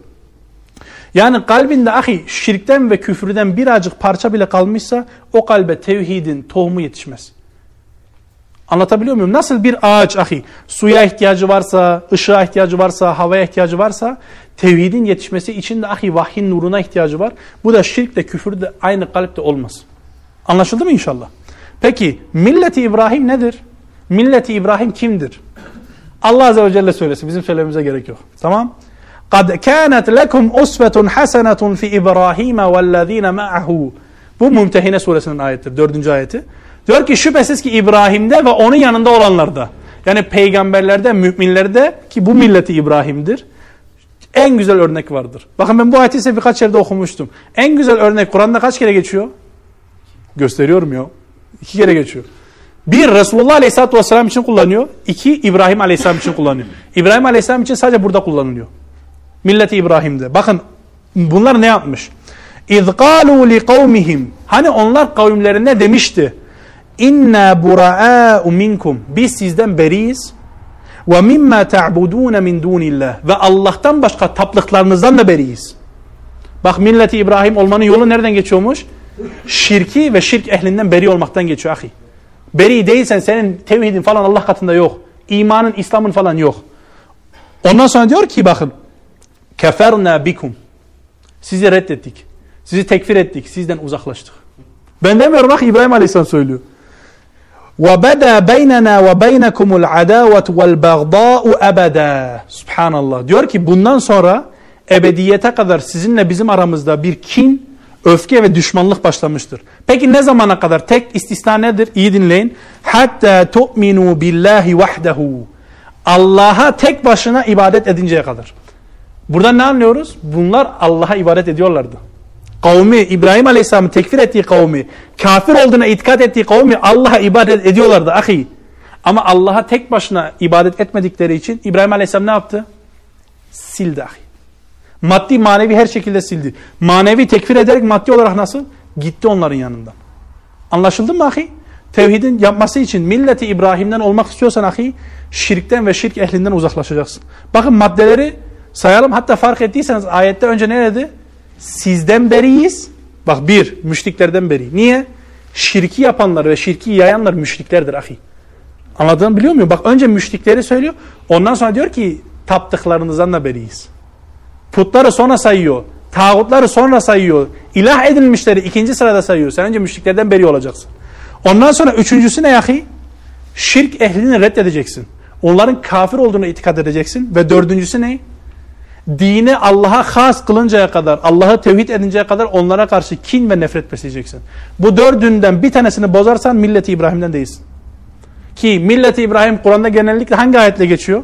Yani kalbinde ahi şirkten ve küfürden birazcık parça bile kalmışsa o kalbe tevhidin tohumu yetişmez. Anlatabiliyor muyum? Nasıl bir ağaç ahi suya ihtiyacı varsa, ışığa ihtiyacı varsa, havaya ihtiyacı varsa tevhidin yetişmesi için de ahi vahyin nuruna ihtiyacı var. Bu da şirk de küfür de aynı kalpte olmaz. Anlaşıldı mı inşallah? Peki milleti İbrahim nedir? Milleti İbrahim kimdir? Allah Azze ve Celle söylesin. Bizim söylememize gerek yok. Tamam? قَدْ كَانَتْ لَكُمْ أُسْوَةٌ حَسَنَةٌ فِي إِبْرَاهِيمَ وَالَّذ۪ينَ مَعَهُ Bu Mümtehine suresinin ayetidir. 4. ayeti. Diyor ki şüphesiz ki İbrahim'de ve onun yanında olanlarda. Yani peygamberlerde, müminlerde ki bu milleti İbrahim'dir. En güzel örnek vardır. Bakın ben bu ayeti size birkaç yerde okumuştum. En güzel örnek Kur'an'da kaç kere geçiyor? Gösteriyorum ya. 2 kere geçiyor. 1 Resulullah Aleyhisselatü Vesselam için kullanıyor. 2 İbrahim Aleyhisselam için kullanıyor. İbrahim Aleyhisselam için sadece burada kullanılıyor. Milleti İbrahim'de. Bakın bunlar ne yapmış? اِذْ قَالُوا لِقَوْمِهِمْ Hani onlar kavimlerine demişti. İnna bura'a'u minkum. Biz sizden beriyiz. Ve mimma ta'budun min dunillah. Ve Allah'tan başka taptıklarınızdan da beriyiz. Bak milleti İbrahim olmanın yolu nereden geçiyormuş? Şirki ve şirk ehlinden beri olmaktan geçiyor ahi. Beri değilsen senin tevhidin falan Allah katında yok. İmanın, İslam'ın falan yok. Ondan sonra diyor ki bakın. Keferna bikum. Sizi reddettik. Sizi tekfir ettik. Sizden uzaklaştık. Ben demiyorum bak İbrahim Aleyhisselam söylüyor. وَبَدَا بَيْنَنَا وَبَيْنَكُمُ الْعَدَاوَةُ وَالْبَغْضَاءُ أَبَدًا Subhanallah. Diyor ki bundan sonra ebediyete kadar sizinle bizim aramızda bir kin, öfke ve düşmanlık başlamıştır. Peki ne zamana kadar? Tek istisna nedir? İyi dinleyin. Hatta tu'minu billahi vahdehu. Allah'a tek başına ibadet edinceye kadar. Buradan ne anlıyoruz? Bunlar Allah'a ibadet ediyorlardı. Kavmi, İbrahim Aleyhisselam'ın tekfir ettiği kavmi, kafir olduğuna itikad ettiği kavmi Allah'a ibadet ediyorlardı ahi. Ama Allah'a tek başına ibadet etmedikleri için İbrahim Aleyhisselam ne yaptı? Sildi ahi. Maddi manevi her şekilde sildi. Manevi tekfir ederek maddi olarak nasıl? Gitti onların yanından. Anlaşıldı mı ahi? Tevhidin yapması için milleti İbrahim'den olmak istiyorsan ahi, şirkten ve şirk ehlinden uzaklaşacaksın. Bakın maddeleri sayalım. Hatta fark ettiyseniz ayette önce ne dedi? Sizden beriyiz. Bak 1, müşriklerden beri. Niye? Şirki yapanlar ve şirki yayanlar müşriklerdir ahi. Anladığını biliyor muyum? Bak önce müşrikleri söylüyor. Ondan sonra diyor ki taptıklarınızdan da beriyiz. Putları sonra sayıyor. Tağutları sonra sayıyor. İlah edinmişleri 2. sırada sayıyor. Sen önce müşriklerden beri olacaksın. Ondan sonra 3.'sü ne ahi? Şirk ehlini reddedeceksin. Onların kafir olduğuna itikad edeceksin. Ve 4.'sü ne? Dini Allah'a has kılıncaya kadar, Allah'ı tevhid edinceye kadar onlara karşı kin ve nefret besleyeceksin. Bu 4'ünden bir tanesini bozarsan milleti İbrahim'den değilsin. Ki milleti İbrahim Kur'an'da genellikle hangi ayetle geçiyor?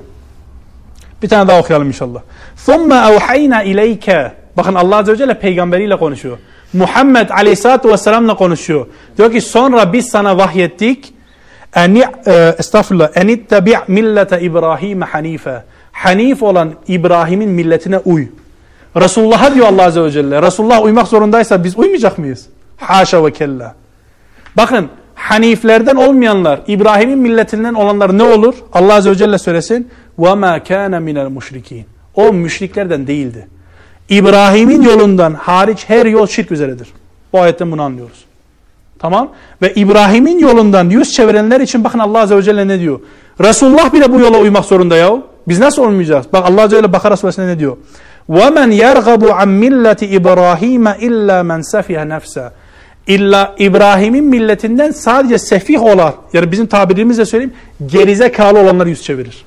Bir tane daha okuyalım inşallah. ثُمَّ أَوْحَيْنَا إِلَيْكَ Bakın Allah Azze ve Celle peygamberiyle konuşuyor. Muhammed Aleyhisselatü Vesselam'la konuşuyor. Diyor ki sonra biz sana vahyettik. Estağfurullah. اَنِتَّبِعْ مِلَّةَ إِبْرَاهِيمَ حَن۪يفًا Hanif olan İbrahim'in milletine uy. Resulullah'a diyor Allah Azze ve Celle. Resulullah uymak zorundaysa biz uymayacak mıyız? Haşa ve kella. Bakın Haniflerden olmayanlar, İbrahim'in milletinden olanlar ne olur? Allah Azze ve Celle söylesin. وَمَا كَانَ مِنَ الْمُشْرِك۪ينَ O müşriklerden değildi. İbrahim'in yolundan hariç her yol şirk üzeredir. Bu ayetten bunu anlıyoruz. Tamam. Ve İbrahim'in yolundan yüz çevirenler için bakın Allah Azze ve Celle ne diyor? Resulullah bile bu yola uymak zorunda yahu. Biz nasıl olmayacağız? Bak Allah Azze ve Celle Bakara suresinde ne diyor? وَمَنْ يَرْغَبُ عَنْ مِلَّةِ إِبْرَاهِيمَ إِلَّا مَنْ سَفِيهَ نَفْسَهُ İlla İbrahim'in milletinden sadece sefih olan, yani bizim tabirimizle söyleyeyim, gerizekalı olanlar yüz çevirir.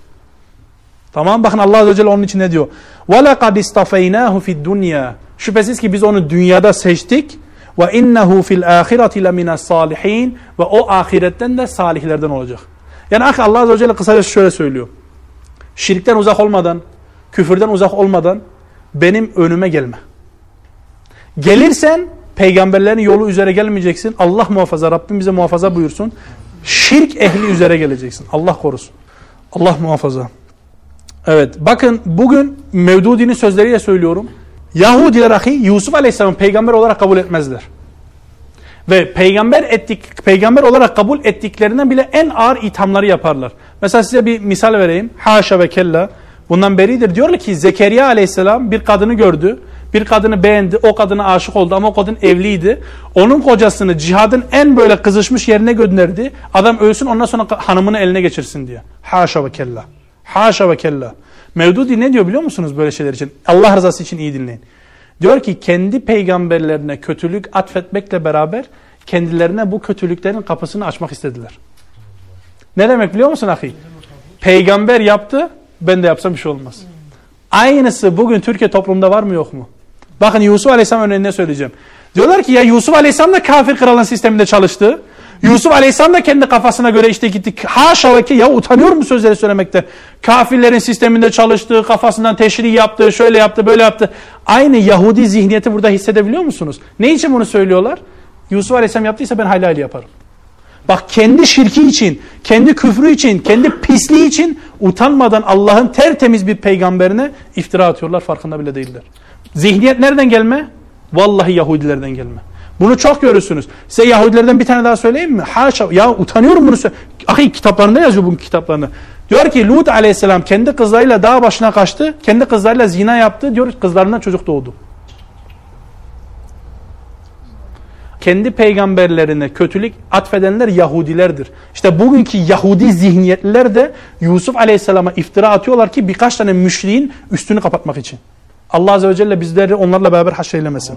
Tamam, bakın Allah Azze ve Celle onun için ne diyor? وَلَقَدْ اِسْتَفَيْنَاهُ فِي الدُّنْيَا Şüphesiz ki biz onu dünyada seçtik. وَاِنَّهُ فِي الْآخِرَةِ لَمِنَ الصَّالِحِينَ Ve o ahiretten de salihlerden olacak. Yani Allah Azze ve Celle kısaca şöyle söylüyor. Şirkten uzak olmadan, küfürden uzak olmadan benim önüme gelme. Gelirsen peygamberlerin yolu üzere gelmeyeceksin. Allah muhafaza, Rabbim bize muhafaza buyursun. Şirk ehli üzere geleceksin. Allah korusun. Allah muhafaza. Evet, bakın bugün Mevdudi'nin sözleriyle söylüyorum. Yahudiler ahi Yusuf Aleyhisselam'ı peygamber olarak kabul etmezler. Ve peygamber olarak kabul ettiklerinden bile en ağır ithamları yaparlar. Mesela size bir misal vereyim. Haşa ve kella. Bundan beridir. Diyorlar ki Zekeriya Aleyhisselam bir kadını gördü. Bir kadını beğendi. O kadına aşık oldu ama o kadın evliydi. Onun kocasını cihadın en böyle kızışmış yerine gönderdi. Adam ölsün ondan sonra hanımını eline geçirsin diye. Haşa ve kella. Haşa ve kella. Mevdudi ne diyor biliyor musunuz böyle şeyler için? Allah rızası için iyi dinleyin. Diyor ki kendi peygamberlerine kötülük atfetmekle beraber kendilerine bu kötülüklerin kapısını açmak istediler. Ne demek biliyor musun ahi? Peygamber yaptı, ben de yapsam bir şey olmaz. Aynısı bugün Türkiye toplumunda var mı yok mu? Bakın Yusuf Aleyhisselam örneğinde söyleyeceğim. Diyorlar ki ya Yusuf Aleyhisselam da kafir kralın sisteminde çalıştı. Yusuf Aleyhisselam da kendi kafasına göre işte gitti. Haşa ve ki ya utanıyorum bu sözleri söylemekte. Kafirlerin sisteminde çalıştığı, kafasından teşrih yaptığı, şöyle yaptı, böyle yaptı. Aynı Yahudi zihniyeti burada hissedebiliyor musunuz? Ne için bunu söylüyorlar? Yusuf Aleyhisselam yaptıysa ben hayli yaparım. Bak kendi şirki için, kendi küfrü için, kendi pisliği için utanmadan Allah'ın tertemiz bir peygamberine iftira atıyorlar, farkında bile değiller. Zihniyet nereden gelme? Vallahi Yahudilerden gelme. Bunu çok görürsünüz. Size Yahudilerden bir tane daha söyleyeyim mi? Haşa, ya utanıyorum bunu söyle. Ahi kitaplarında yazıyor bu kitaplarında. Diyor ki Lut Aleyhisselam kendi kızlarıyla dağ başına kaçtı, kendi kızlarıyla zina yaptı, diyor kızlarından çocuk doğdu. Kendi peygamberlerine kötülük atfedenler Yahudilerdir. İşte bugünkü Yahudi zihniyetliler de Yusuf Aleyhisselam'a iftira atıyorlar ki birkaç tane müşriğin üstünü kapatmak için. Allah Azze ve Celle bizleri onlarla beraber haşreylemesin.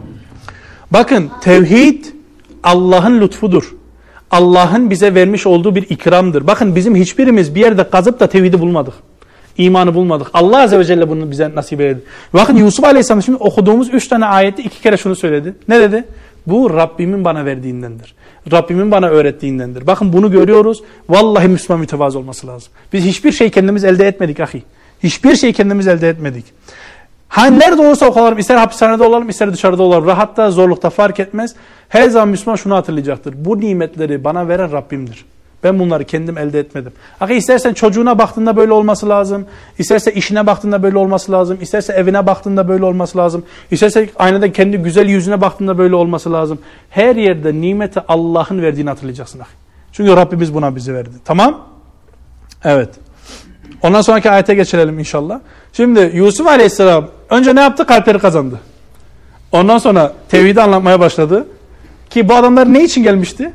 Bakın tevhid Allah'ın lütfudur. Allah'ın bize vermiş olduğu bir ikramdır. Bakın bizim hiçbirimiz bir yerde kazıp da tevhidi bulmadık. İmanı bulmadık. Allah Azze ve Celle bunu bize nasip eyledi. Bakın Yusuf Aleyhisselam şimdi okuduğumuz 3 tane ayette 2 kere şunu söyledi. Ne dedi? Bu Rabbimin bana verdiğindendir. Rabbimin bana öğrettiğindendir. Bakın bunu görüyoruz. Vallahi Müslüman mütevazı olması lazım. Biz hiçbir şey kendimiz elde etmedik ahi. Hiçbir şey kendimiz elde etmedik. Nerede olursa olalım, ister hapishanede olalım, ister dışarıda olalım. Rahatta, zorlukta fark etmez. Her zaman Müslüman şunu hatırlayacaktır. Bu nimetleri bana veren Rabbimdir. Ben bunları kendim elde etmedim. Ahi istersen çocuğuna baktığında böyle olması lazım. İsterse işine baktığında böyle olması lazım. İsterse evine baktığında böyle olması lazım. İsterse aynada kendi güzel yüzüne baktığında böyle olması lazım. Her yerde nimeti Allah'ın verdiğini hatırlayacaksın ahi. Çünkü Rabbimiz buna bizi verdi. Tamam? Evet. Ondan sonraki ayete geçelim inşallah. Şimdi Yusuf Aleyhisselam önce ne yaptı? Kalpleri kazandı. Ondan sonra tevhidi anlatmaya başladı. Ki bu adamlar ne için gelmişti?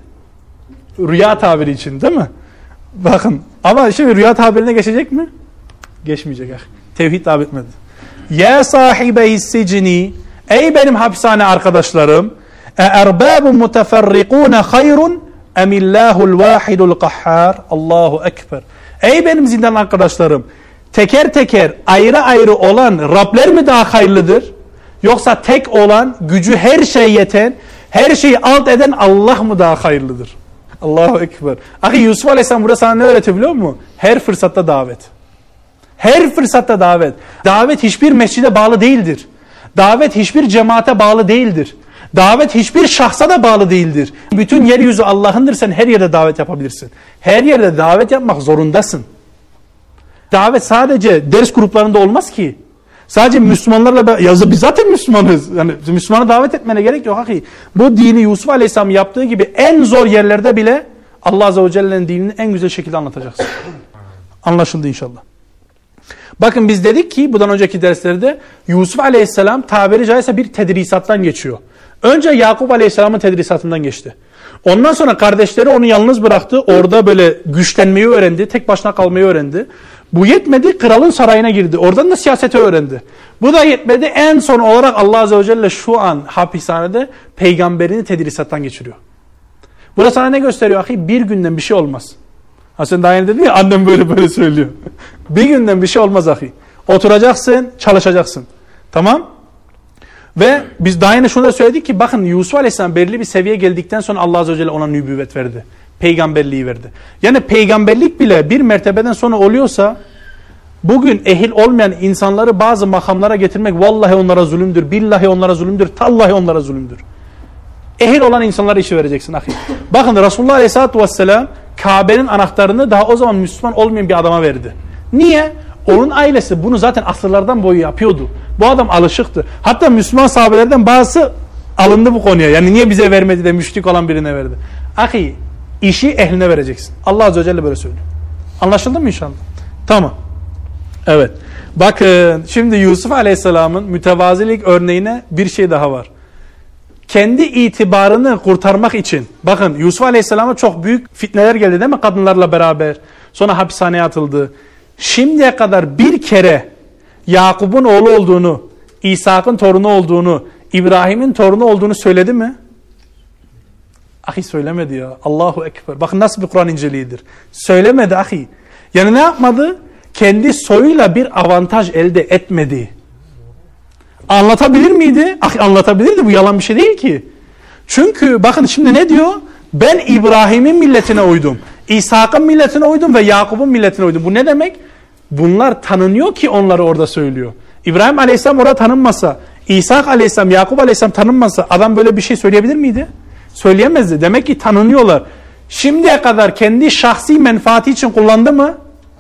Rüya tabiri için değil mi? Bakın ama şimdi rüya tabirine geçecek mi? Geçmeyecek. Tevhid daha bitmedi. Ya sahibeyi's sicni, ey benim hapishane arkadaşlarım, erbabun muteferrikun hayrun emillahul vahidul kahhar. Allahu ekber. Ey benim zindan arkadaşlarım, teker teker ayrı ayrı olan Rabler mi daha hayırlıdır? Yoksa tek olan, gücü her şeye yeten, her şeyi alt eden Allah mı daha hayırlıdır? Allahu ekber. Ahi Yusuf Aleyhisselam burada sana ne öğretiyor biliyor musun? Her fırsatta davet. Her fırsatta davet. Davet hiçbir mescide bağlı değildir. Davet hiçbir cemaate bağlı değildir. Davet hiçbir şahsa da bağlı değildir. Bütün yeryüzü Allah'ındır, sen her yerde davet yapabilirsin. Her yerde davet yapmak zorundasın. Davet sadece ders gruplarında olmaz ki. Sadece Müslümanlarla biz zaten Müslümanız. Yani Müslümanı davet etmene gerek yok. Bu dini Yusuf Aleyhisselam yaptığı gibi en zor yerlerde bile Allah Azze ve Celle'nin dinini en güzel şekilde anlatacaksın. Anlaşıldı inşallah. Bakın biz dedik ki bundan önceki derslerde Yusuf Aleyhisselam tabiri caizse bir tedrisattan geçiyor. Önce Yakup Aleyhisselam'ın tedrisatından geçti. Ondan sonra kardeşleri onu yalnız bıraktı. Orada böyle güçlenmeyi öğrendi. Tek başına kalmayı öğrendi. Bu yetmedi, kralın sarayına girdi. Oradan da siyaseti öğrendi. Bu da yetmedi. En son olarak Allah Azze ve Celle şu an hapishanede peygamberini tedrisattan geçiriyor. Bu da sana ne gösteriyor ahi? Bir günden bir şey olmaz. Ha sen daha yeni dedin ya annem böyle söylüyor. Bir günden bir şey olmaz ahi. Oturacaksın, çalışacaksın. Tamam? Ve biz daha yeni şunu da söyledik ki bakın Yusuf Aleyhisselam belirli bir seviyeye geldikten sonra Allah Azze ve Celle ona nübüvvet verdi. Peygamberliği verdi. Yani peygamberlik bile bir mertebeden sonra oluyorsa bugün ehil olmayan insanları bazı makamlara getirmek vallahi onlara zulümdür. Billahi onlara zulümdür. Tallahi onlara zulümdür. Ehil olan insanlara işi vereceksin ahi. Bakın Resulullah Aleyhisselatü Vesselam Kabe'nin anahtarını daha o zaman Müslüman olmayan bir adama verdi. Niye? Onun ailesi bunu zaten asırlardan boyu yapıyordu. Bu adam alışıktı. Hatta Müslüman sahabelerden bazısı alındı bu konuya. Yani niye bize vermedi de müşrik olan birine verdi. Ahi işi ehline vereceksin. Allah Azze ve Celle böyle söylüyor. Anlaşıldı mı inşallah? Tamam. Evet. Bakın şimdi Yusuf Aleyhisselam'ın mütevazilik örneğine bir şey daha var. Kendi itibarını kurtarmak için. Bakın Yusuf Aleyhisselam'a çok büyük fitneler geldi değil mi? Kadınlarla beraber. Sonra hapishaneye atıldı. Şimdiye kadar bir kere Yakup'un oğlu olduğunu, İshak'ın torunu olduğunu, İbrahim'in torunu olduğunu söyledi mi? Ahi söylemedi ya. Allahu Ekber. Bakın nasıl bir Kur'an inceliğidir. Söylemedi ahi. Yani ne yapmadı? Kendi soyuyla bir avantaj elde etmedi. Anlatabilir miydi? Ahi anlatabilirdi. Bu yalan bir şey değil ki. Çünkü bakın şimdi ne diyor? Ben İbrahim'in milletine uydum. İshak'ın milletine uydum ve Yakup'un milletine uydum. Bu ne demek? Bunlar tanınıyor ki onları orada söylüyor. İbrahim Aleyhisselam orada tanınmasa, İshak Aleyhisselam, Yakup Aleyhisselam tanınmasa adam böyle bir şey söyleyebilir miydi? Söyleyemezdi. Demek ki tanınıyorlar. Şimdiye kadar kendi şahsi menfaati için kullandı mı?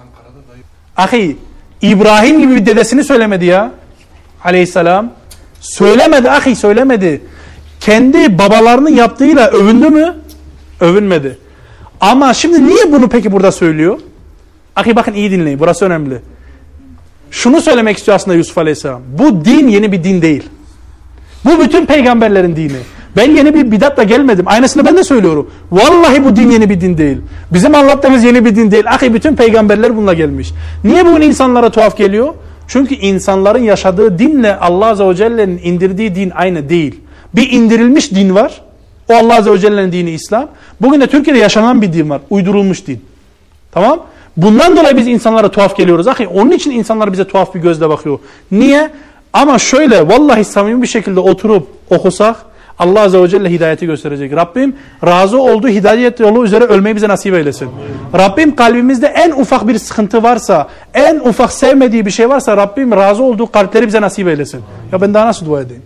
Ahi, İbrahim gibi bir dedesini söylemedi ya. Aleyhisselam. Söylemedi ahi, söylemedi. Kendi babalarının yaptığıyla övündü mü? Övünmedi. Ama şimdi niye bunu peki burada söylüyor? Ahi bakın iyi dinleyin, burası önemli. Şunu söylemek istiyor aslında Yusuf Aleyhisselam. Bu din yeni bir din değil. Bu bütün peygamberlerin dini. Ben yeni bir bidatla gelmedim. Aynısını ben de söylüyorum. Vallahi bu din yeni bir din değil. Bizim anlattığımız yeni bir din değil. Ahi bütün peygamberler bununla gelmiş. Niye bugün insanlara tuhaf geliyor? Çünkü insanların yaşadığı dinle Allah Azze ve Celle'nin indirdiği din aynı değil. Bir indirilmiş din var. O Allah Azze ve Celle'nin dini İslam. Bugün de Türkiye'de yaşanan bir din var. Uydurulmuş din. Tamam? Bundan dolayı biz insanlara tuhaf geliyoruz. Ahi, onun için insanlar bize tuhaf bir gözle bakıyor. Niye? Ama şöyle vallahi samimi bir şekilde oturup okusak Allah Azze ve Celle hidayeti gösterecek. Rabbim razı olduğu hidayet yolu üzere ölmeyi bize nasip eylesin. Rabbim kalbimizde en ufak bir sıkıntı varsa, en ufak sevmediği bir şey varsa Rabbim razı olduğu kalpleri bize nasip eylesin. Ya ben daha nasıl dua edeyim?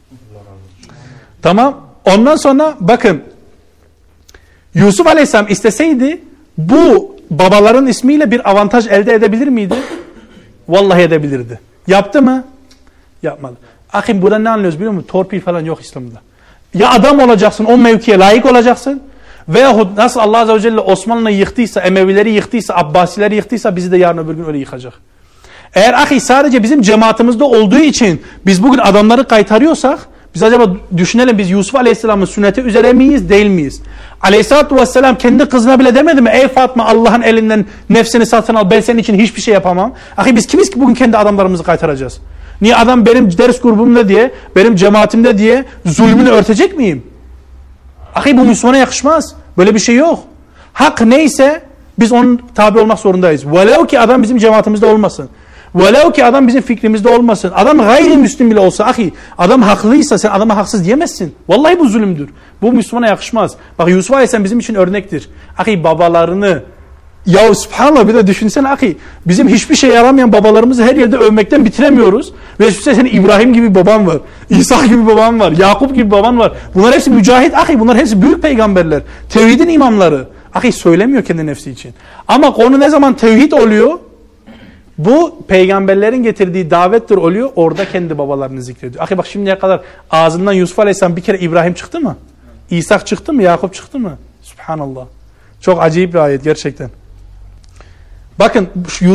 Tamam. Ondan sonra bakın Yusuf Aleyhisselam isteseydi bu babaların ismiyle bir avantaj elde edebilir miydi? Vallahi edebilirdi. Yaptı mı? Yapmadı. Akim buradan ne anlıyoruz biliyor musun? Torpil falan yok İslam'da. Ya adam olacaksın, o mevkiye layık olacaksın veyahut nasıl Allah Azze ve Celle Osmanlı'yı yıktıysa, Emevileri yıktıysa, Abbasileri yıktıysa bizi de yarın öbür gün öyle yıkacak. Eğer ahi sadece bizim cemaatimizde olduğu için biz bugün adamları kaytarıyorsak biz acaba düşünelim biz Yusuf Aleyhisselam'ın sünneti üzere miyiz, değil miyiz? Aleyhisselatü Vesselam kendi kızına bile demedi mi? Ey Fatma Allah'ın elinden nefsini satın al, ben senin için hiçbir şey yapamam. Ahi biz kimiz ki bugün kendi adamlarımızı kaytaracağız? Niye adam benim ders grubumda diye, benim cemaatimde diye zulmünü örtecek miyim? Ahi bu Müslümana yakışmaz. Böyle bir şey yok. Hak neyse biz onun tabi olmak zorundayız. Velev ki adam bizim cemaatimizde olmasın. Velev ki adam bizim fikrimizde olmasın. Adam gayrimüslim bile olsa ahi, adam haklıysa sen adama haksız diyemezsin. Vallahi bu zulümdür. Bu Müslümana yakışmaz. Bak Yusuf Aleyhisselam bizim için örnektir. Ahi babalarını ya subhanallah bir de düşünsene ahi. Bizim hiçbir şey yaramayan babalarımızı her yerde övmekten bitiremiyoruz. Ve senin İbrahim gibi baban var. İsa gibi baban var. Yakup gibi baban var. Bunlar hepsi mücahit ahi. Bunlar hepsi büyük peygamberler. Tevhidin imamları. Ahi söylemiyor kendi nefsi için. Ama konu ne zaman tevhid oluyor? Bu peygamberlerin getirdiği davettir oluyor. Orada kendi babalarını zikrediyor. Ahi bak şimdiye kadar ağzından Yusuf Aleyhisselam bir kere İbrahim çıktı mı? İsa çıktı mı? Yakup çıktı mı? Subhanallah. Çok acayip bir ayet gerçekten. Bakın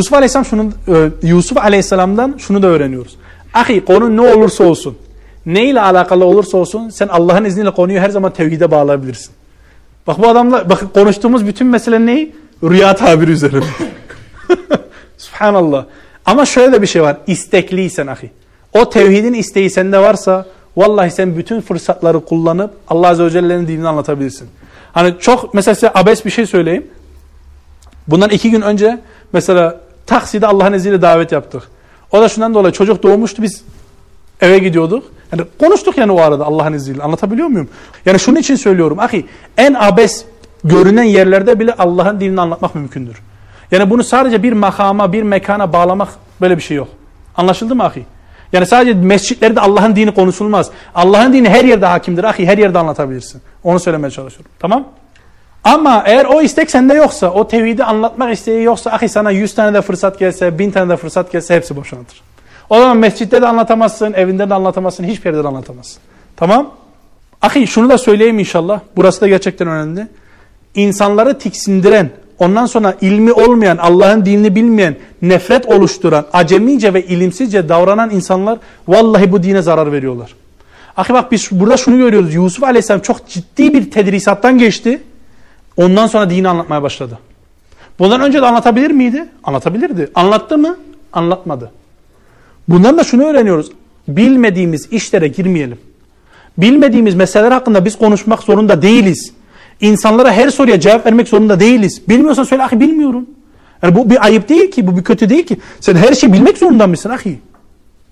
Yusuf Aleyhisselam'dan şunu da öğreniyoruz. Ahi konu ne olursa olsun, ne ile alakalı olursa olsun sen Allah'ın izniyle konuyu her zaman tevhide bağlayabilirsin. Bak bu adamla bak konuştuğumuz bütün mesele ne? Rüya tabiri üzerine. Subhanallah. Ama şöyle de bir şey var. İstekliysen ahi. O tevhidin isteği sende varsa vallahi sen bütün fırsatları kullanıp Allah Azze ve Celle'nin dinini anlatabilirsin. Hani çok mesela size abes bir şey söyleyeyim. Bundan 2 gün önce mesela takside Allah'ın izniyle davet yaptık. O da şundan dolayı çocuk doğmuştu biz eve gidiyorduk. Yani konuştuk yani o arada Allah'ın izniyle. Anlatabiliyor muyum? Yani şunun için söylüyorum. Ahi en abes görünen yerlerde bile Allah'ın dinini anlatmak mümkündür. Yani bunu sadece bir makama, bir mekana bağlamak böyle bir şey yok. Anlaşıldı mı ahi? Yani sadece mescitlerde Allah'ın dini konuşulmaz. Allah'ın dini her yerde hakimdir ahi. Her yerde anlatabilirsin. Onu söylemeye çalışıyorum. Tamam? Ama eğer o istek sende yoksa, o tevhidi anlatmak isteği yoksa ahi sana 100 tane de fırsat gelse, 1000 tane de fırsat gelse hepsi boşanır. O zaman mescitte de anlatamazsın, evinde de anlatamazsın, hiçbir yerde de anlatamazsın. Tamam? Ahi şunu da söyleyeyim inşallah. Burası da gerçekten önemli. İnsanları tiksindiren, ondan sonra ilmi olmayan, Allah'ın dinini bilmeyen, nefret oluşturan, acemice ve ilimsizce davranan insanlar vallahi bu dine zarar veriyorlar. Ahi bak biz burada şunu görüyoruz. Yusuf Aleyhisselam çok ciddi bir tedrisattan geçti. Ondan sonra dini anlatmaya başladı. Bundan önce de anlatabilir miydi? Anlatabilirdi. Anlattı mı? Anlatmadı. Bundan da şunu öğreniyoruz. Bilmediğimiz işlere girmeyelim. Bilmediğimiz meseleler hakkında biz konuşmak zorunda değiliz. İnsanlara her soruya cevap vermek zorunda değiliz. Bilmiyorsan söyle ahi bilmiyorum. Yani bu bir ayıp değil ki, bu bir kötü değil ki. Sen her şeyi bilmek zorunda mısın ahi?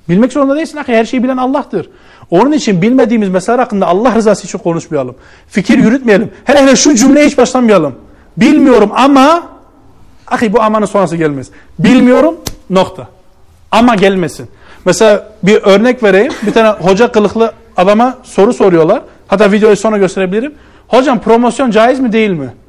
Bilmek zorunda değilsin. Her şeyi bilen Allah'tır. Onun için bilmediğimiz mesele hakkında Allah rızası için konuşmayalım. Fikir yürütmeyelim. Hele şu cümleye hiç başlamayalım. Bilmiyorum ama bu amanın sonrası gelmez. Bilmiyorum nokta. Ama gelmesin. Mesela bir örnek vereyim. Bir tane hoca kılıklı adama soru soruyorlar. Hatta videoyu sonra gösterebilirim. Hocam promosyon caiz mi değil mi?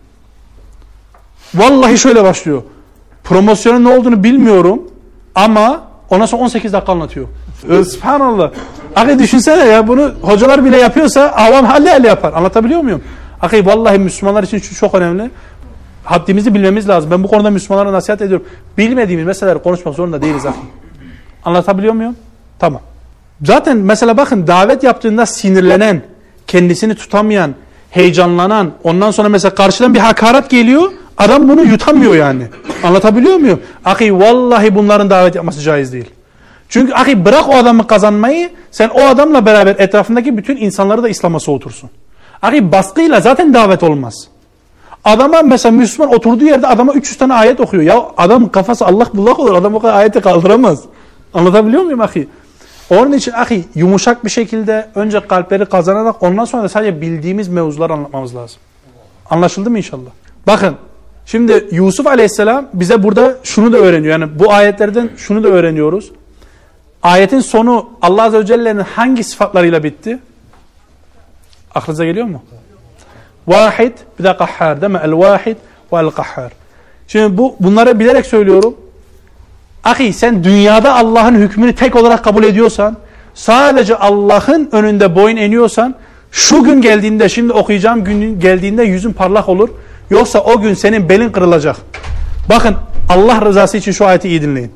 Vallahi şöyle başlıyor. Promosyonun ne olduğunu bilmiyorum ama ondan sonra 18 dakika anlatıyor. Subhanallah. Düşünsene ya, bunu hocalar bile yapıyorsa avam halle yapar. Anlatabiliyor muyum? Vallahi Müslümanlar için çok önemli. Haddimizi bilmemiz lazım. Ben bu konuda Müslümanlara nasihat ediyorum. Bilmediğimiz meseleleri konuşmak zorunda değiliz. Anlatabiliyor muyum? Tamam. Zaten mesela bakın, davet yaptığında sinirlenen, kendisini tutamayan, heyecanlanan, ondan sonra mesela karşıdan bir hakaret geliyor, adam bunu yutamıyor yani. Anlatabiliyor muyum? Vallahi bunların davet yapması caiz değil. Çünkü bırak o adamı kazanmayı, sen o adamla beraber etrafındaki bütün insanları da İslam'a soğutursun. Baskıyla zaten davet olmaz. Adama mesela Müslüman oturduğu yerde adama 300 tane ayet okuyor. Ya adam kafası allak bullak olur. Adam o kadar ayeti kaldıramaz. Anlatabiliyor muyum Onun için yumuşak bir şekilde önce kalpleri kazanarak ondan sonra da sadece bildiğimiz mevzuları anlatmamız lazım. Anlaşıldı mı inşallah? Bakın şimdi Yusuf Aleyhisselam bize burada şunu da öğreniyor. Yani bu ayetlerden şunu da öğreniyoruz. Ayetin sonu Allah Azze ve Celle'nin hangi sıfatlarıyla bitti? Aklınıza geliyor mu? Vahid, bir de kahhar değil mi? El-vahid ve el-kahhar. Şimdi bunları bilerek söylüyorum. Sen dünyada Allah'ın hükmünü tek olarak kabul ediyorsan, sadece Allah'ın önünde boyun eğiyorsan, şu gün geldiğinde, şimdi okuyacağım gün geldiğinde yüzün parlak olur. Yoksa o gün senin belin kırılacak. Bakın Allah rızası için şu ayeti iyi dinleyin.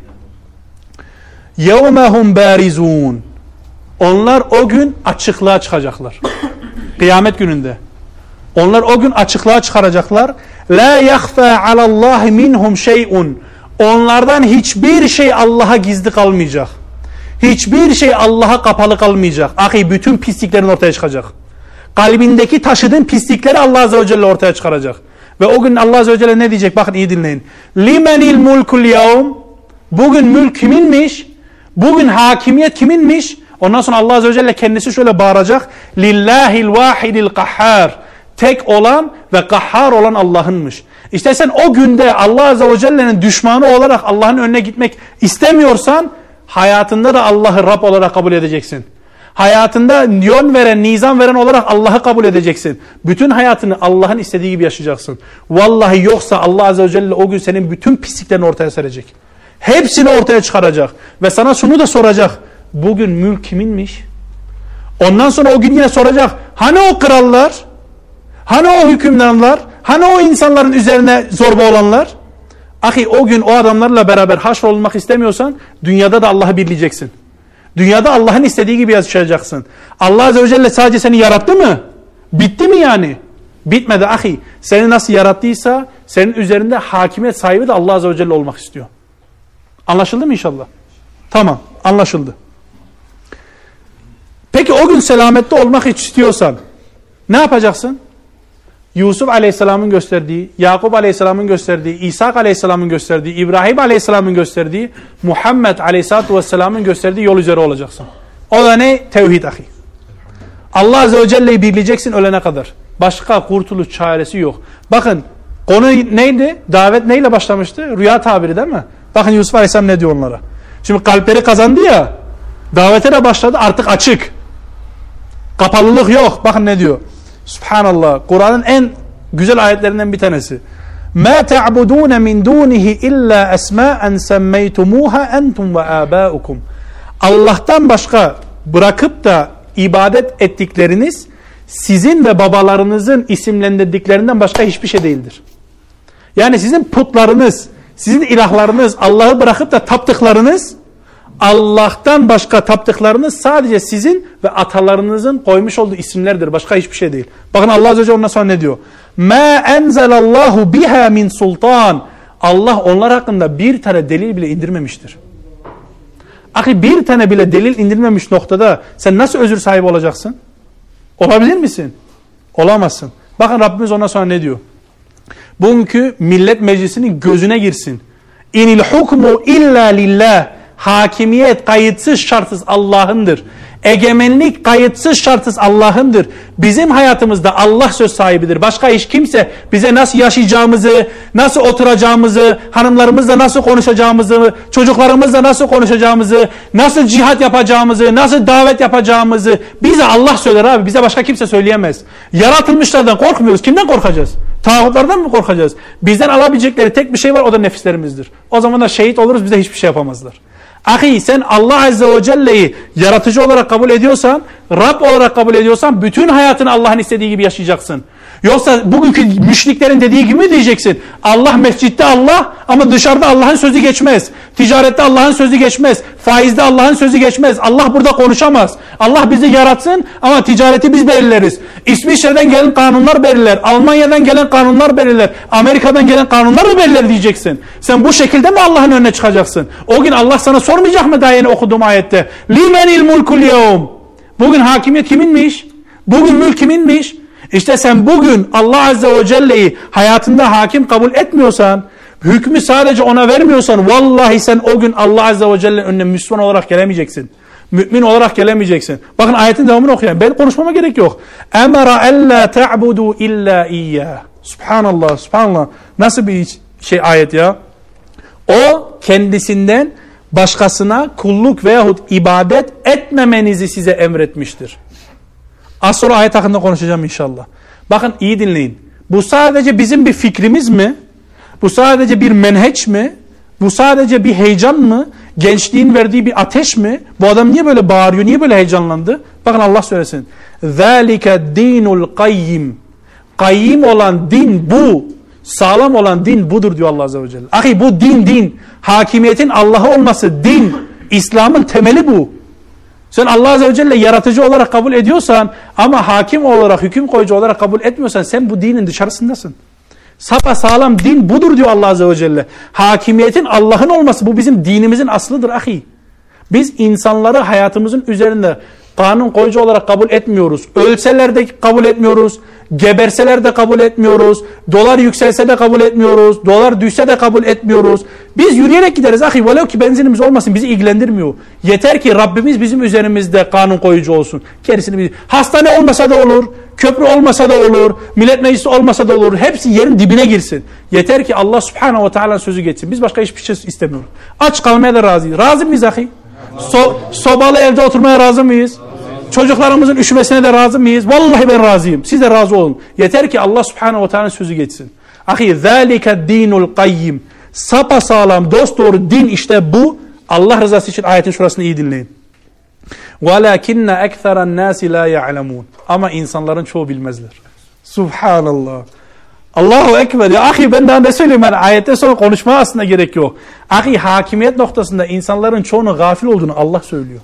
يَوْمَهُمْ بَارِزُونَ. Onlar o gün açıklığa çıkacaklar. Kıyamet gününde. Onlar o gün açıklığa çıkaracaklar. لَا يَخْفَى عَلَى اللّٰهِ مِنْهُمْ شَيْءٌ. Onlardan hiçbir şey Allah'a gizli kalmayacak. Hiçbir şey Allah'a kapalı kalmayacak. Bütün pisliklerin ortaya çıkacak. Kalbindeki taşıdığın pislikleri Allah Azze ve Celle ortaya çıkaracak. Ve o gün Allah Azze ve Celle ne diyecek? Bakın iyi dinleyin. لِمَنِ الْمُلْكُ الْيَوْمِ. Bugün mülk kiminmiş? Bugün hakimiyet kiminmiş? Ondan sonra Allah Azze ve Celle kendisi şöyle bağıracak. لِلَّهِ الْوَاحِدِ الْقَحَّارِ. Tek olan ve kahhar olan Allah'ınmış. İşte sen o günde Allah Azze ve Celle'nin düşmanı olarak Allah'ın önüne gitmek istemiyorsan, hayatında da Allah'ı Rab olarak kabul edeceksin. Hayatında yön veren, nizam veren olarak Allah'ı kabul edeceksin. Bütün hayatını Allah'ın istediği gibi yaşayacaksın. Vallahi yoksa Allah Azze ve Celle o gün senin bütün pisliklerini ortaya serecek. Hepsini ortaya çıkaracak. Ve sana şunu da soracak. Bugün mülk kiminmiş? Ondan sonra o gün yine soracak. Hani o krallar? Hani o hükümdarlar? Hani o insanların üzerine zorba olanlar? O gün o adamlarla beraber haşrolunmak istemiyorsan dünyada da Allah'ı birleyeceksin. Dünyada Allah'ın istediği gibi yaşayacaksın. Allah Azze ve Celle sadece seni yarattı mı? Bitti mi yani? Bitmedi Seni nasıl yarattıysa senin üzerinde hakimiyet sahibi de Allah Azze ve Celle olmak istiyor. Anlaşıldı mı inşallah? Tamam, anlaşıldı. Peki o gün selamette olmak istiyorsan ne yapacaksın? Yusuf Aleyhisselam'ın gösterdiği, Yakup Aleyhisselam'ın gösterdiği, İsa Aleyhisselam'ın gösterdiği, İbrahim Aleyhisselam'ın gösterdiği, Muhammed Aleyhisselatü Vesselam'ın gösterdiği yol üzere olacaksın. O da ne? Tevhid Allah Azze ve Celle'yi birleyeceksin ölene kadar. Başka kurtuluş çaresi yok. Bakın konu neydi? Davet neyle başlamıştı? Rüya tabiri değil mi? Bakın Yusuf Aleyhisselam ne diyor onlara? Şimdi kalpleri kazandı ya, davete de başladı, artık açık. Kapalılık yok. Bakın ne diyor? Subhanallah. Kur'an'ın en güzel ayetlerinden bir tanesi. مَا تَعْبُدُونَ مِنْ دُونِهِ إِلَّا أَسْمَاءً سَمَّيْتُمُوهَا أَنْتُمْ وَآبَاؤُكُمْ. Allah'tan başka bırakıp da ibadet ettikleriniz sizin ve babalarınızın isimlendirdiklerinden başka hiçbir şey değildir. Yani sizin putlarınız, sizin ilahlarınız, Allah'ı bırakıp da taptıklarınız, Allah'tan başka taptıklarınız sadece sizin ve atalarınızın koymuş olduğu isimlerdir. Başka hiçbir şey değil. Bakın Allah Azze ve Celle ondan sonra ne diyor? مَا أَنْزَلَ اللّٰهُ بِهَا مِنْ سُلْطَانٍ. Allah onlar hakkında bir tane delil bile indirmemiştir. Bir tane bile delil indirmemiş noktada sen nasıl özür sahibi olacaksın? Olabilir misin? Olamazsın. Bakın Rabbimiz ondan sonra ne diyor? Bugünkü millet meclisinin gözüne girsin. İnil hukmu illa lillah. hakimiyet kayıtsız şartsız Allah'ındır. Egemenlik kayıtsız şartsız Allah'ındır. Bizim hayatımızda Allah söz sahibidir. Başka hiç kimse bize nasıl yaşayacağımızı, nasıl oturacağımızı, hanımlarımızla nasıl konuşacağımızı, çocuklarımızla nasıl konuşacağımızı, nasıl cihat yapacağımızı, nasıl davet yapacağımızı bize Allah söyler abi. Bize başka kimse söyleyemez. Yaratılmışlardan korkmuyoruz. Kimden korkacağız? Tağutlardan mı korkacağız? Bizden alabilecekleri tek bir şey var, o da nefislerimizdir. O zaman da şehit oluruz, bize hiçbir şey yapamazlar. Ahi sen Allah Azze ve Celle'yi yaratıcı olarak kabul ediyorsan, Rab olarak kabul ediyorsan bütün hayatını Allah'ın istediği gibi yaşayacaksın. Yoksa bugünkü müşriklerin dediği gibi mi diyeceksin? Allah mescitte Allah ama dışarıda Allah'ın sözü geçmez. Ticarette Allah'ın sözü geçmez. Faizde Allah'ın sözü geçmez. Allah burada konuşamaz. Allah bizi yaratsın ama ticareti biz belirleriz. İsviçre'den gelen kanunlar belirler. Almanya'dan gelen kanunlar belirler. Amerika'dan gelen kanunlar mı belirler diyeceksin. Sen bu şekilde mi Allah'ın önüne çıkacaksın? O gün Allah sana sormayacak mı daha yeni okuduğum ayette? Limenil mulkul yevm. Bugün hakimiyet kiminmiş? Bugün mülk kiminmiş? İşte sen bugün Allah Azze ve Celle'yi hayatında hakim kabul etmiyorsan, hükmü sadece ona vermiyorsan, vallahi sen o gün Allah Azze ve Celle'nin önüne Müslüman olarak gelemeyeceksin. Mümin olarak gelemeyeceksin. Bakın ayetin devamını okuyayım. Ben konuşmama gerek yok. Emara ella ta'budu illa iyyah. Subhanallah, subhanallah. Nasıl bir ayet ya? O kendisinden başkasına kulluk veyahut ibadet etmemenizi size emretmiştir. Az sonra ayet hakkında konuşacağım inşallah. Bakın iyi dinleyin. Bu sadece bizim bir fikrimiz mi? Bu sadece bir menheç mi? Bu sadece bir heyecan mı? Gençliğin verdiği bir ateş mi? Bu adam niye böyle bağırıyor? Niye böyle heyecanlandı? Bakın Allah söylesin. ذَٰلِكَ dinul qayyim. Kayyim olan din bu. Sağlam olan din budur diyor Allah Azze ve Celle. Ahi bu din. Hakimiyetin Allah'a olması din. İslam'ın temeli bu. Sen Allah Azze ve Celle yaratıcı olarak kabul ediyorsan ama hakim olarak, hüküm koyucu olarak kabul etmiyorsan sen bu dinin dışarısındasın. Sapasağlam din budur diyor Allah Azze ve Celle. Hakimiyetin Allah'ın olması bu bizim dinimizin aslıdır ahi. Biz insanları hayatımızın üzerinde kanun koyucu olarak kabul etmiyoruz. Ölseler de kabul etmiyoruz. Geberseler de kabul etmiyoruz. Dolar yükselse de kabul etmiyoruz. Dolar düşse de kabul etmiyoruz. Biz yürüyerek gideriz ahi. Velev ki benzinimiz olmasın bizi ilgilendirmiyor. Yeter ki Rabbimiz bizim üzerimizde kanun koyucu olsun. Gerisini biz... Hastane olmasa da olur. Köprü olmasa da olur. Millet meclisi olmasa da olur. Hepsi yerin dibine girsin. Yeter ki Allah Subhanahu ve Teala sözü geçsin. Biz başka hiçbir şey istemiyoruz. Aç kalmaya da razıyız. Razı mıyız ahi? Sobalı evde oturmaya razı mıyız? Çocuklarımızın üşümesine de razı mıyız? Vallahi ben razıyım. Siz de razı olun. Yeter ki Allah Subhanahu ve Teala'nın sözü geçsin. Ahi zâlike dinul qayyim. Sapasağlam dosdoğru din işte bu. Allah rızası için ayetin şurasını iyi dinleyin. وَلَكِنَّ اَكْثَرَ النَّاسِ لَا يَعْلَمُونَ. Ama insanların çoğu bilmezler. Subhanallah. Allahu Ekber. Ya ahi ben daha ne söyleyeyim? Yani ayetten sonra konuşmaya aslında gerek yok. Ahi hakimiyet noktasında insanların çoğunun gafil olduğunu Allah söylüyor.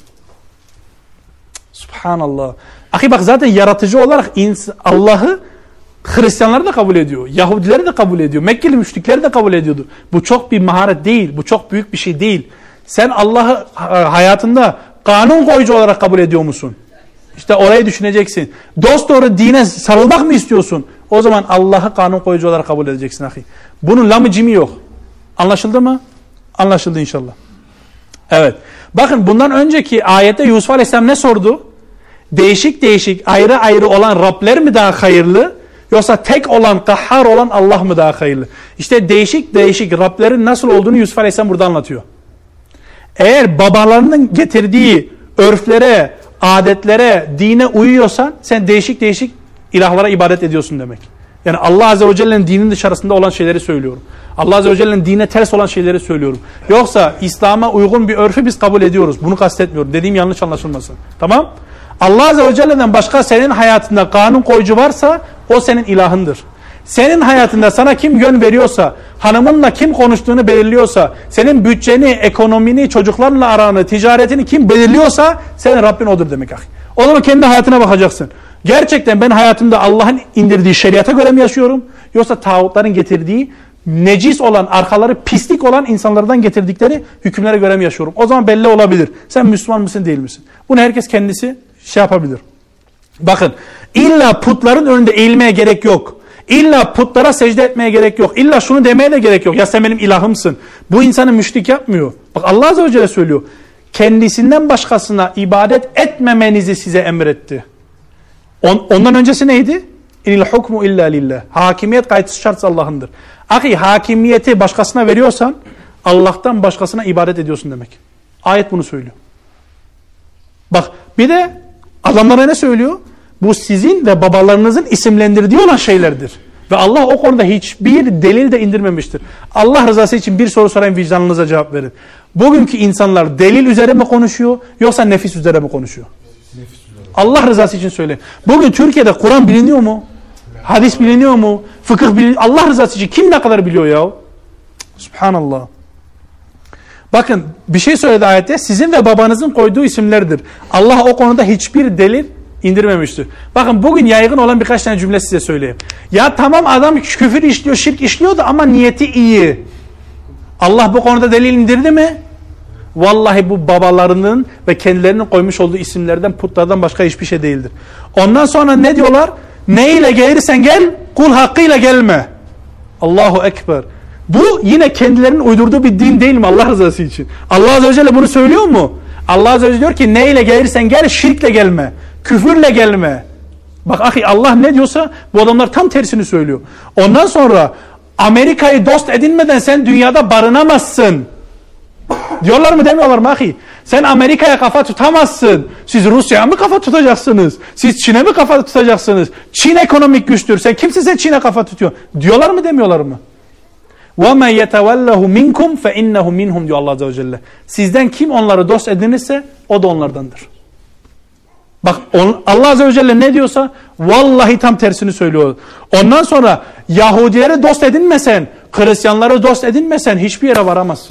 Subhanallah. Ahi bak zaten yaratıcı olarak Allah'ı Hristiyanlar da kabul ediyor. Yahudiler de kabul ediyor. Mekkeli müşrikler de kabul ediyordu. Bu çok bir maharet değil. Bu çok büyük bir şey değil. Sen Allah'ı hayatında kanun koyucu olarak kabul ediyor musun? İşte orayı düşüneceksin. Dosdoğru dine sarılmak mı istiyorsun? O zaman Allah'ı kanun koyucu olarak kabul edeceksin ahi. Bunun lamı cimi yok. Anlaşıldı mı? Anlaşıldı inşallah. Evet. Bakın bundan önceki ayette Yusuf Aleyhisselam ne sordu? Değişik değişik ayrı ayrı olan Rabler mi daha hayırlı? Yoksa tek olan, kahhar olan Allah mı daha hayırlı? İşte değişik değişik Rablerin nasıl olduğunu Yusuf Aleyhisselam burada anlatıyor. Eğer babalarının getirdiği örflere, adetlere, dine uyuyorsan sen değişik değişik ilahlara ibadet ediyorsun demek. Yani Allah Azze ve Celle'nin dinin dışarısında olan şeyleri söylüyorum. Allah Azze ve Celle'nin dine ters olan şeyleri söylüyorum. Yoksa İslam'a uygun bir örfü biz kabul ediyoruz. Bunu kastetmiyorum. Dediğim yanlış anlaşılmasın. Tamam? Allah Azze ve Celle'den başka senin hayatında kanun koyucu varsa o senin ilahındır. Senin hayatında sana kim yön veriyorsa, hanımınla kim konuştuğunu belirliyorsa, senin bütçeni, ekonomini, çocuklarla aranı, ticaretini kim belirliyorsa senin Rabbin odur demek. O zaman kendi hayatına bakacaksın. Gerçekten ben hayatımda Allah'ın indirdiği şeriata göre mi yaşıyorum? Yoksa tağutların getirdiği necis olan, arkaları pislik olan insanlardan getirdikleri hükümlere göre mi yaşıyorum? O zaman belli olabilir. Sen Müslüman mısın değil misin? Bunu herkes kendisi yapabilir. Bakın illa putların önünde eğilmeye gerek yok. İlla putlara secde etmeye gerek yok. İlla şunu demeye de gerek yok. Ya sen benim ilahımsın. Bu insanı müşrik yapmıyor. Bak Allah Azze ve Celle söylüyor. Kendisinden başkasına ibadet etmemenizi size emretti. Ondan öncesi neydi? İnil hukmu illa lillah. Hakimiyet kayıtsız şartsız Allah'ındır. Ahi hakimiyeti başkasına veriyorsan Allah'tan başkasına ibadet ediyorsun demek. Ayet bunu söylüyor. Bak bir de adamlara ne söylüyor? Bu sizin ve babalarınızın isimlendirdiği olan şeylerdir. Ve Allah o konuda hiçbir delil de indirmemiştir. Allah rızası için bir soru sorayım, vicdanınıza cevap verin. Bugünkü insanlar delil üzere mi konuşuyor yoksa nefis üzere mi konuşuyor? Nefis üzere. Allah rızası için söyle. Bugün Türkiye'de Kur'an biliniyor mu? Hadis biliniyor mu? Fıkıh biliniyor. Allah rızası için kim ne kadar biliyor ya? Subhanallah. Bakın bir şey söyledi ayette. Sizin ve babanızın koyduğu isimlerdir. Allah o konuda hiçbir delil indirmemiştir. Bakın bugün yaygın olan birkaç tane cümle size söyleyeyim. Ya tamam adam küfür işliyor, şirk işliyor da ama niyeti iyi. Allah bu konuda delil indirdi mi? Vallahi bu babalarının ve kendilerinin koymuş olduğu isimlerden, putlardan başka hiçbir şey değildir. Ondan sonra ne diyorlar? Ne ile gelirsen gel, kul hakkıyla gelme. Allahu Ekber. Bu yine kendilerinin uydurduğu bir din değil mi Allah rızası için? Allah Azze ve Celle bunu söylüyor mu? Allah Azze ve Celle diyor ki ne ile gelirsen gel, şirkle gelme. Küfürle gelme. Bak ahi Allah ne diyorsa bu adamlar tam tersini söylüyor. Ondan sonra Amerika'yı dost edinmeden sen dünyada barınamazsın. Diyorlar mı demiyorlar mı ahi? Sen Amerika'ya kafa tutamazsın. Siz Rusya'ya mı kafa tutacaksınız? Siz Çin'e mi kafa tutacaksınız? Çin ekonomik güçtür. Sen kimsin sen Çin'e kafa tutuyorsun? Diyorlar mı demiyorlar mı? وَمَا يَتَوَلَّهُ مِنْكُمْ فَاِنَّهُ مِنْهُمْ diyor Allah Azze ve Celle. Sizden kim onları dost edinirse o da onlardandır. Bak Allah Azze ve Celle ne diyorsa vallahi tam tersini söylüyor. Ondan sonra Yahudileri dost edinmesen, Hristiyanları dost edinmesen hiçbir yere varamazsın.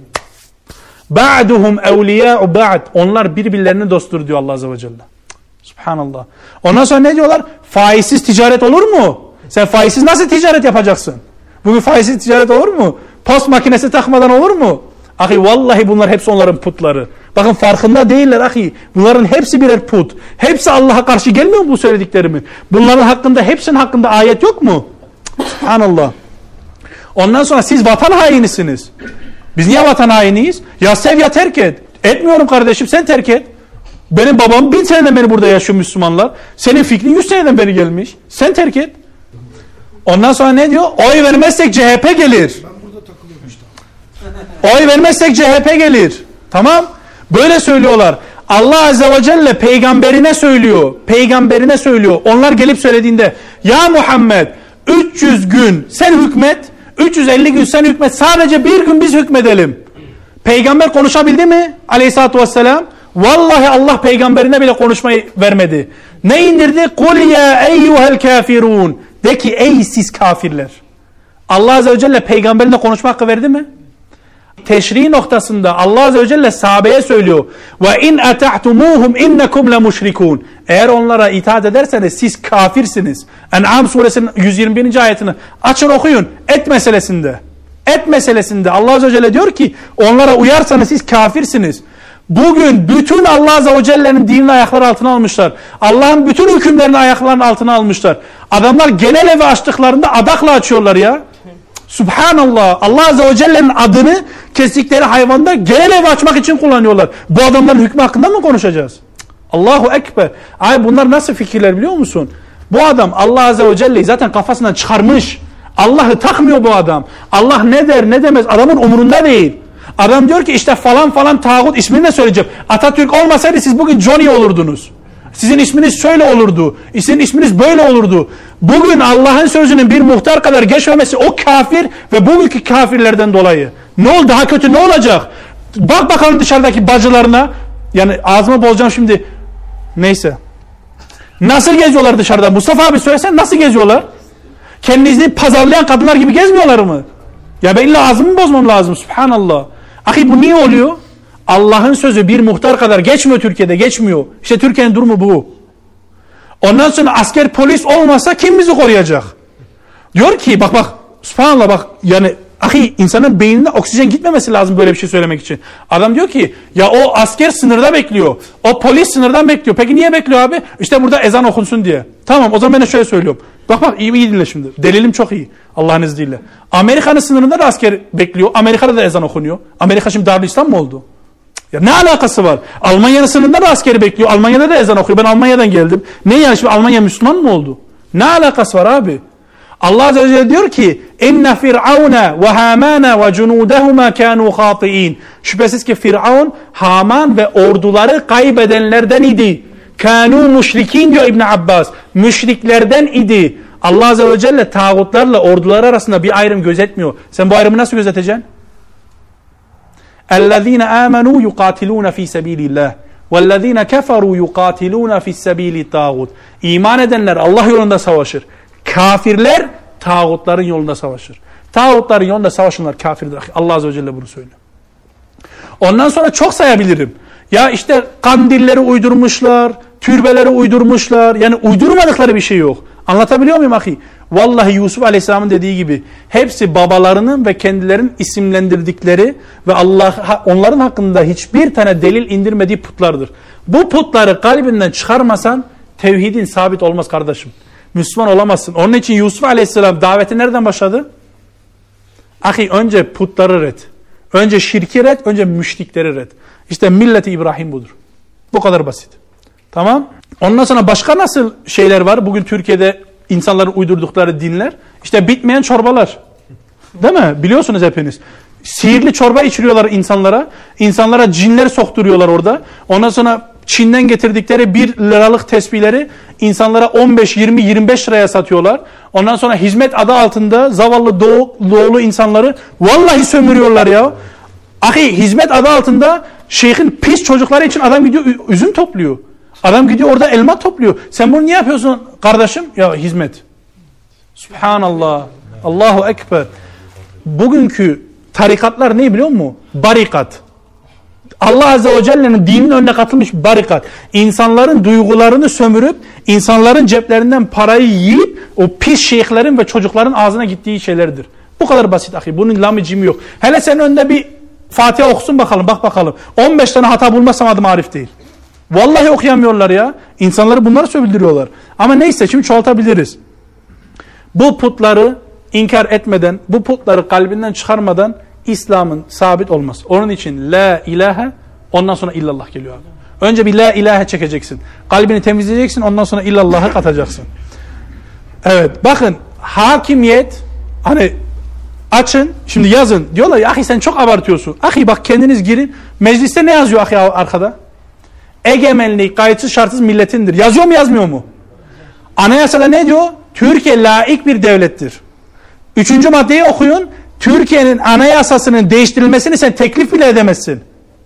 بَعْدُهُمْ اَوْلِيَاءُ بَعْدٍ Onlar birbirlerinin dostudur diyor Allah Azze ve Celle. Subhanallah. Ondan sonra ne diyorlar? Faizsiz ticaret olur mu? Sen faizsiz nasıl ticaret yapacaksın? Bugün faizsiz ticaret olur mu? Post makinesi takmadan olur mu? Ahi vallahi bunlar hepsi onların putları. Bakın farkında değiller ahi. Bunların hepsi birer put. Hepsi Allah'a karşı gelmiyor mu bu söylediklerimi? Bunların hakkında, hepsinin hakkında ayet yok mu? Subhanallah. Ondan sonra siz vatan hainisiniz. Biz niye vatan hainiyiz? Ya sev ya terk et. Etmiyorum kardeşim, sen terk et. Benim babam 1000 seneden beri burada yaşıyor Müslümanlar. Senin fikrin 100 seneden beri gelmiş. Sen terk et. Ondan sonra ne diyor? Oy vermezsek CHP gelir. Ben burada takılıyorum işte. Oy vermezsek CHP gelir. Tamam. Böyle söylüyorlar. Allah Azze ve Celle peygamberine söylüyor. Peygamberine söylüyor. Onlar gelip söylediğinde ya Muhammed 300 gün sen hükmet. 350 gün sen hükmet. Sadece bir gün biz hükmedelim. Peygamber konuşabildi mi? Aleyhisselatü vesselam. Vallahi Allah peygamberine bile konuşmayı vermedi. Ne indirdi? Kul ya eyyuhel kafirun. De ki ey siz kafirler. Allah Azze ve Celle peygamberine konuşma hakkı verdi mi? Teşri noktasında Allah Azze ve Celle sahabeye söylüyor. Ve in ata'tumuhum innekum la müşrikun. Eğer onlara itaat ederseniz siz kafirsiniz. En'am suresinin 121. ayetini açın okuyun. Et meselesinde. Et meselesinde Allah Azze ve Celle diyor ki onlara uyarsanız siz kafirsiniz. Bugün bütün Allah Azze ve Celle'nin dinini ayakları altına almışlar. Allah'ın bütün hükümlerini ayaklarının altına almışlar. Adamlar genel evi açtıklarında adakla açıyorlar ya. Subhanallah. Allah Azze ve Celle'nin adını kestikleri hayvanda genel ev açmak için kullanıyorlar. Bu adamların hükmü hakkında mı konuşacağız? Allahu Ekber. Ay bunlar nasıl fikirler biliyor musun? Bu adam Allah Azze ve Celle'yi zaten kafasından çıkarmış. Allah'ı takmıyor bu adam. Allah ne der ne demez adamın umurunda değil. Adam diyor ki işte falan falan tağut ismini de söyleyeceğim. Atatürk olmasaydı siz bugün Johnny olurdunuz. Sizin isminiz şöyle olurdu. Sizin isminiz böyle olurdu. Bugün Allah'ın sözünün bir muhtar kadar geçmemesi o kafir ve bugünkü kafirlerden dolayı. Ne oldu? Daha kötü ne olacak? Bak bakalım dışarıdaki bacılarına. Yani ağzıma bozacağım şimdi. Neyse. Nasıl geziyorlar dışarıda? Mustafa abi söylesen nasıl geziyorlar? Kendinizi pazarlayan kadınlar gibi gezmiyorlar mı? Ya ben illa ağzımı bozmam lazım. Subhanallah. Ahi bu niye oluyor? Allah'ın sözü bir muhtar kadar geçmiyor Türkiye'de. Geçmiyor. İşte Türkiye'nin durumu bu. Ondan sonra asker polis olmasa kim bizi koruyacak? Diyor ki bak subhanallah bak yani ahi insanın beynine oksijen gitmemesi lazım böyle bir şey söylemek için. Adam diyor ki ya o asker sınırda bekliyor. O polis sınırdan bekliyor. Peki niye bekliyor abi? İşte burada ezan okunsun diye. Tamam o zaman ben de şöyle söylüyorum. Bak iyi dinle şimdi. Delilim çok iyi. Allah'ın izniyle. Amerika'nın sınırında da asker bekliyor. Amerika'da da ezan okunuyor. Amerika şimdi Darülislam mı oldu? Ya ne alakası var? Almanya'nın sınırında da askeri bekliyor. Almanya'da da ezan okuyor. Ben Almanya'dan geldim. Ne yani şimdi Almanya Müslüman mı oldu? Ne alakası var abi? Allah Azze ve Celle diyor ki İnne Fir'aune ve Hamane ve cunudehuma kânû khâti'in. Şüphesiz ki Firavun, Haman ve orduları kaybedenlerden idi. Kânû müşrikin diyor İbn Abbas. Müşriklerden idi. Allah Azze ve Celle tağutlarla ordular arasında bir ayrım gözetmiyor. Sen bu ayrımı nasıl gözeteceksin? اَلَّذ۪ينَ آمَنُوا يُقَاتِلُونَ ف۪ي سَب۪يلِ اللّٰهِ وَالَّذ۪ينَ كَفَرُوا يُقَاتِلُونَ ف۪ي السَّب۪يلِ الطَّاغُوتِ. İman edenler Allah yolunda savaşır. Kafirler tağutların yolunda savaşır. Tağutların yolunda savaşanlar kafirdir. Allah Azze ve Celle bunu söylüyor. Ondan sonra çok sayabilirim. Ya işte kandilleri uydurmuşlar, türbeleri uydurmuşlar. Yani uydurmadıkları bir şey yok. Anlatabiliyor muyum ahi? Vallahi Yusuf Aleyhisselam'ın dediği gibi hepsi babalarının ve kendilerinin isimlendirdikleri ve Allah onların hakkında hiçbir tane delil indirmediği putlardır. Bu putları kalbinden çıkarmasan tevhidin sabit olmaz kardeşim. Müslüman olamazsın. Onun için Yusuf Aleyhisselam daveti nereden başladı? Ahi önce putları red. Önce şirki red, önce müşrikleri red. İşte milleti İbrahim budur. Bu kadar basit. Tamam? Ondan sonra başka nasıl şeyler var? Bugün Türkiye'de insanların uydurdukları dinler. İşte bitmeyen çorbalar. Değil mi? Biliyorsunuz hepiniz. Sihirli çorba içiriyorlar insanlara. İnsanlara cinleri sokturuyorlar orada. Ondan sonra Çin'den getirdikleri 1 liralık tesbihleri insanlara 15, 20, 25 liraya satıyorlar. Ondan sonra hizmet adı altında zavallı doğulu insanları vallahi sömürüyorlar ya. Ahi hizmet adı altında şeyhin pis çocukları için adam gidiyor üzüm topluyor. Adam gidiyor orada elma topluyor. Sen bunu niye yapıyorsun kardeşim? Ya hizmet. Subhanallah. Allahu Ekber. Bugünkü tarikatlar ne biliyor musun? Barikat. Allah Azze ve Celle'nin dininin önüne katılmış barikat. İnsanların duygularını sömürüp, insanların ceplerinden parayı yiyip, o pis şeyhlerin ve çocukların ağzına gittiği şeylerdir. Bu kadar basit ahi. Bunun lamıcımı yok. Hele senin önünde bir Fatiha okusun bakalım, bak bakalım. 15 tane hata bulmazsam adım Arif değil. Vallahi okuyamıyorlar ya. İnsanları bunları söylüyorlar. Ama neyse şimdi çoğaltabiliriz. Bu putları inkar etmeden, bu putları kalbinden çıkarmadan İslam'ın sabit olmaz. Onun için la ilahe, ondan sonra illallah geliyor abi. Önce bir la ilahe çekeceksin. Kalbini temizleyeceksin, ondan sonra illallah'ı katacaksın. Evet, bakın hakimiyet, hani açın, şimdi yazın. Diyorlar ya ahi sen çok abartıyorsun. Ahi bak kendiniz girin. Mecliste ne yazıyor ahi arkada? Egemenlik kayıtsız şartsız milletindir. Yazıyor mu yazmıyor mu? Anayasada ne diyor? Türkiye laik bir devlettir. 3. maddeyi okuyun. Türkiye'nin anayasasının değiştirilmesini sen teklif bile edemezsin.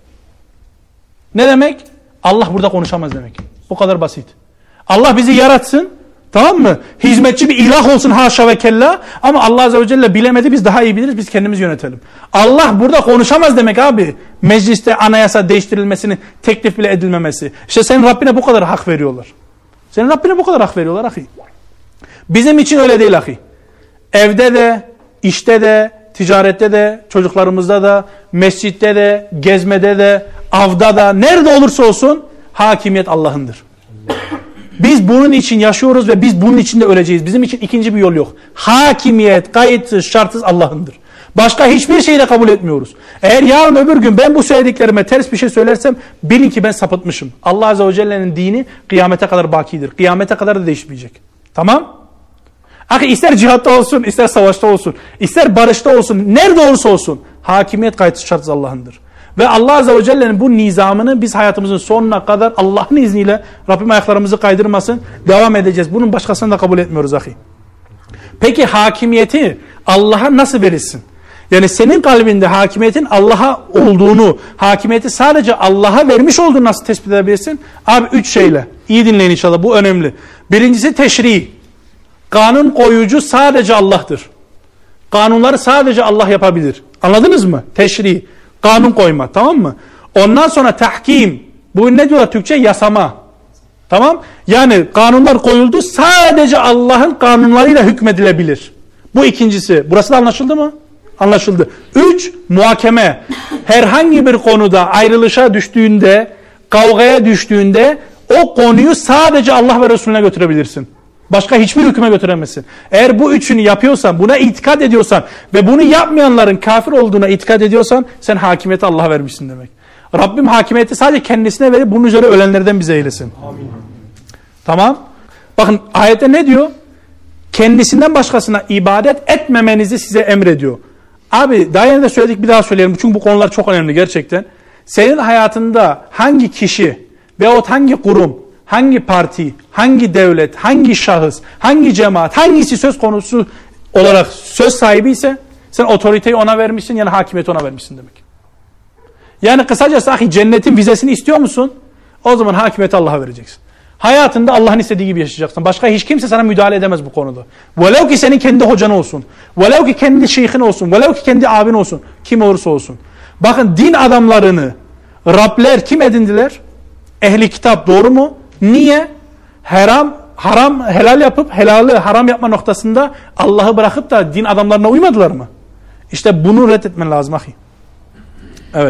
Ne demek? Allah burada konuşamaz demek. Bu kadar basit. Allah bizi yaratsın. Tamam mı? Hizmetçi bir ilah olsun haşa ve kella. Ama Allah Azze ve Celle bilemedi, biz daha iyi biliriz, biz kendimiz yönetelim. Allah burada konuşamaz demek abi. Mecliste anayasa değiştirilmesini teklif bile edilmemesi. İşte senin Rabbine bu kadar hak veriyorlar. Senin Rabbine bu kadar hak veriyorlar ahi. Bizim için öyle değil ahi. Evde de, işte de, ticarette de, çocuklarımızda da, mescitte de, gezmede de, avda da, nerede olursa olsun hakimiyet Allah'ındır. Biz bunun için yaşıyoruz ve biz bunun için de öleceğiz. Bizim için ikinci bir yol yok. Hakimiyet, kayıtsız, şartsız Allah'ındır. Başka hiçbir şeyi de kabul etmiyoruz. Eğer yarın öbür gün ben bu söylediklerime ters bir şey söylersem bilin ki ben sapıtmışım. Allah Azze ve Celle'nin dini kıyamete kadar bakidir. Kıyamete kadar da değişmeyecek. Tamam? Ahi ister cihatta olsun, ister savaşta olsun, ister barışta olsun, nerede olursa olsun hakimiyet kayıtsız şartsız Allah'ındır. Ve Allah Azze ve Celle'nin bu nizamını biz hayatımızın sonuna kadar Allah'ın izniyle, Rabbim ayaklarımızı kaydırmasın, devam edeceğiz. Bunun başkasını da kabul etmiyoruz ahi. Peki hakimiyeti Allah'a nasıl verirsin? Yani senin kalbinde hakimiyetin Allah'a olduğunu, hakimiyeti sadece Allah'a vermiş olduğunu nasıl tespit edebilirsin? Abi 3 şeyle. İyi dinleyin inşallah, bu önemli. Birincisi teşri. Kanun koyucu sadece Allah'tır. Kanunları sadece Allah yapabilir. Anladınız mı? Teşri. Kanun koyma, tamam mı? Ondan sonra tahkim. Bu ne diyorlar Türkçe? Yasama. Tamam? Yani kanunlar koyuldu, sadece Allah'ın kanunlarıyla hükmedilebilir. Bu ikincisi. Burası da anlaşıldı mı? Anlaşıldı. 3. Muhakeme. Herhangi bir konuda ayrılışa düştüğünde, kavgaya düştüğünde o konuyu sadece Allah ve Resulüne götürebilirsin. Başka hiçbir hüküme götüremezsin. Eğer bu üçünü yapıyorsan, buna itikad ediyorsan ve bunu yapmayanların kafir olduğuna itikad ediyorsan sen hakimiyeti Allah'a vermişsin demek. Rabbim hakimiyeti sadece kendisine verip bunun üzere ölenlerden bize eylesin. Amin. Tamam. Bakın ayette ne diyor? Kendisinden başkasına ibadet etmemenizi size emrediyor. Abi daha yeni de söyledik, bir daha söyleyelim. Çünkü bu konular çok önemli gerçekten. Senin hayatında hangi kişi veyahut hangi kurum, hangi parti, hangi devlet, hangi şahıs, hangi cemaat, hangisi söz konusu olarak söz sahibi ise sen otoriteyi ona vermişsin, yani hakimiyeti ona vermişsin demek. Yani kısacası cennetin vizesini istiyor musun? O zaman hakimiyeti Allah'a vereceksin. Hayatında Allah'ın istediği gibi yaşayacaksın. Başka hiç kimse sana müdahale edemez bu konuda. Velev ki senin kendi hocan olsun. Velev ki kendi şeyhin olsun. Velev ki kendi abin olsun. Kim olursa olsun. Bakın din adamlarını Rabler kim edindiler? Ehli kitap, doğru mu? Niye? Haram helal yapıp helali haram yapma noktasında Allah'ı bırakıp da din adamlarına uymadılar mı? İşte bunu reddetmen lazım ahi. Evet.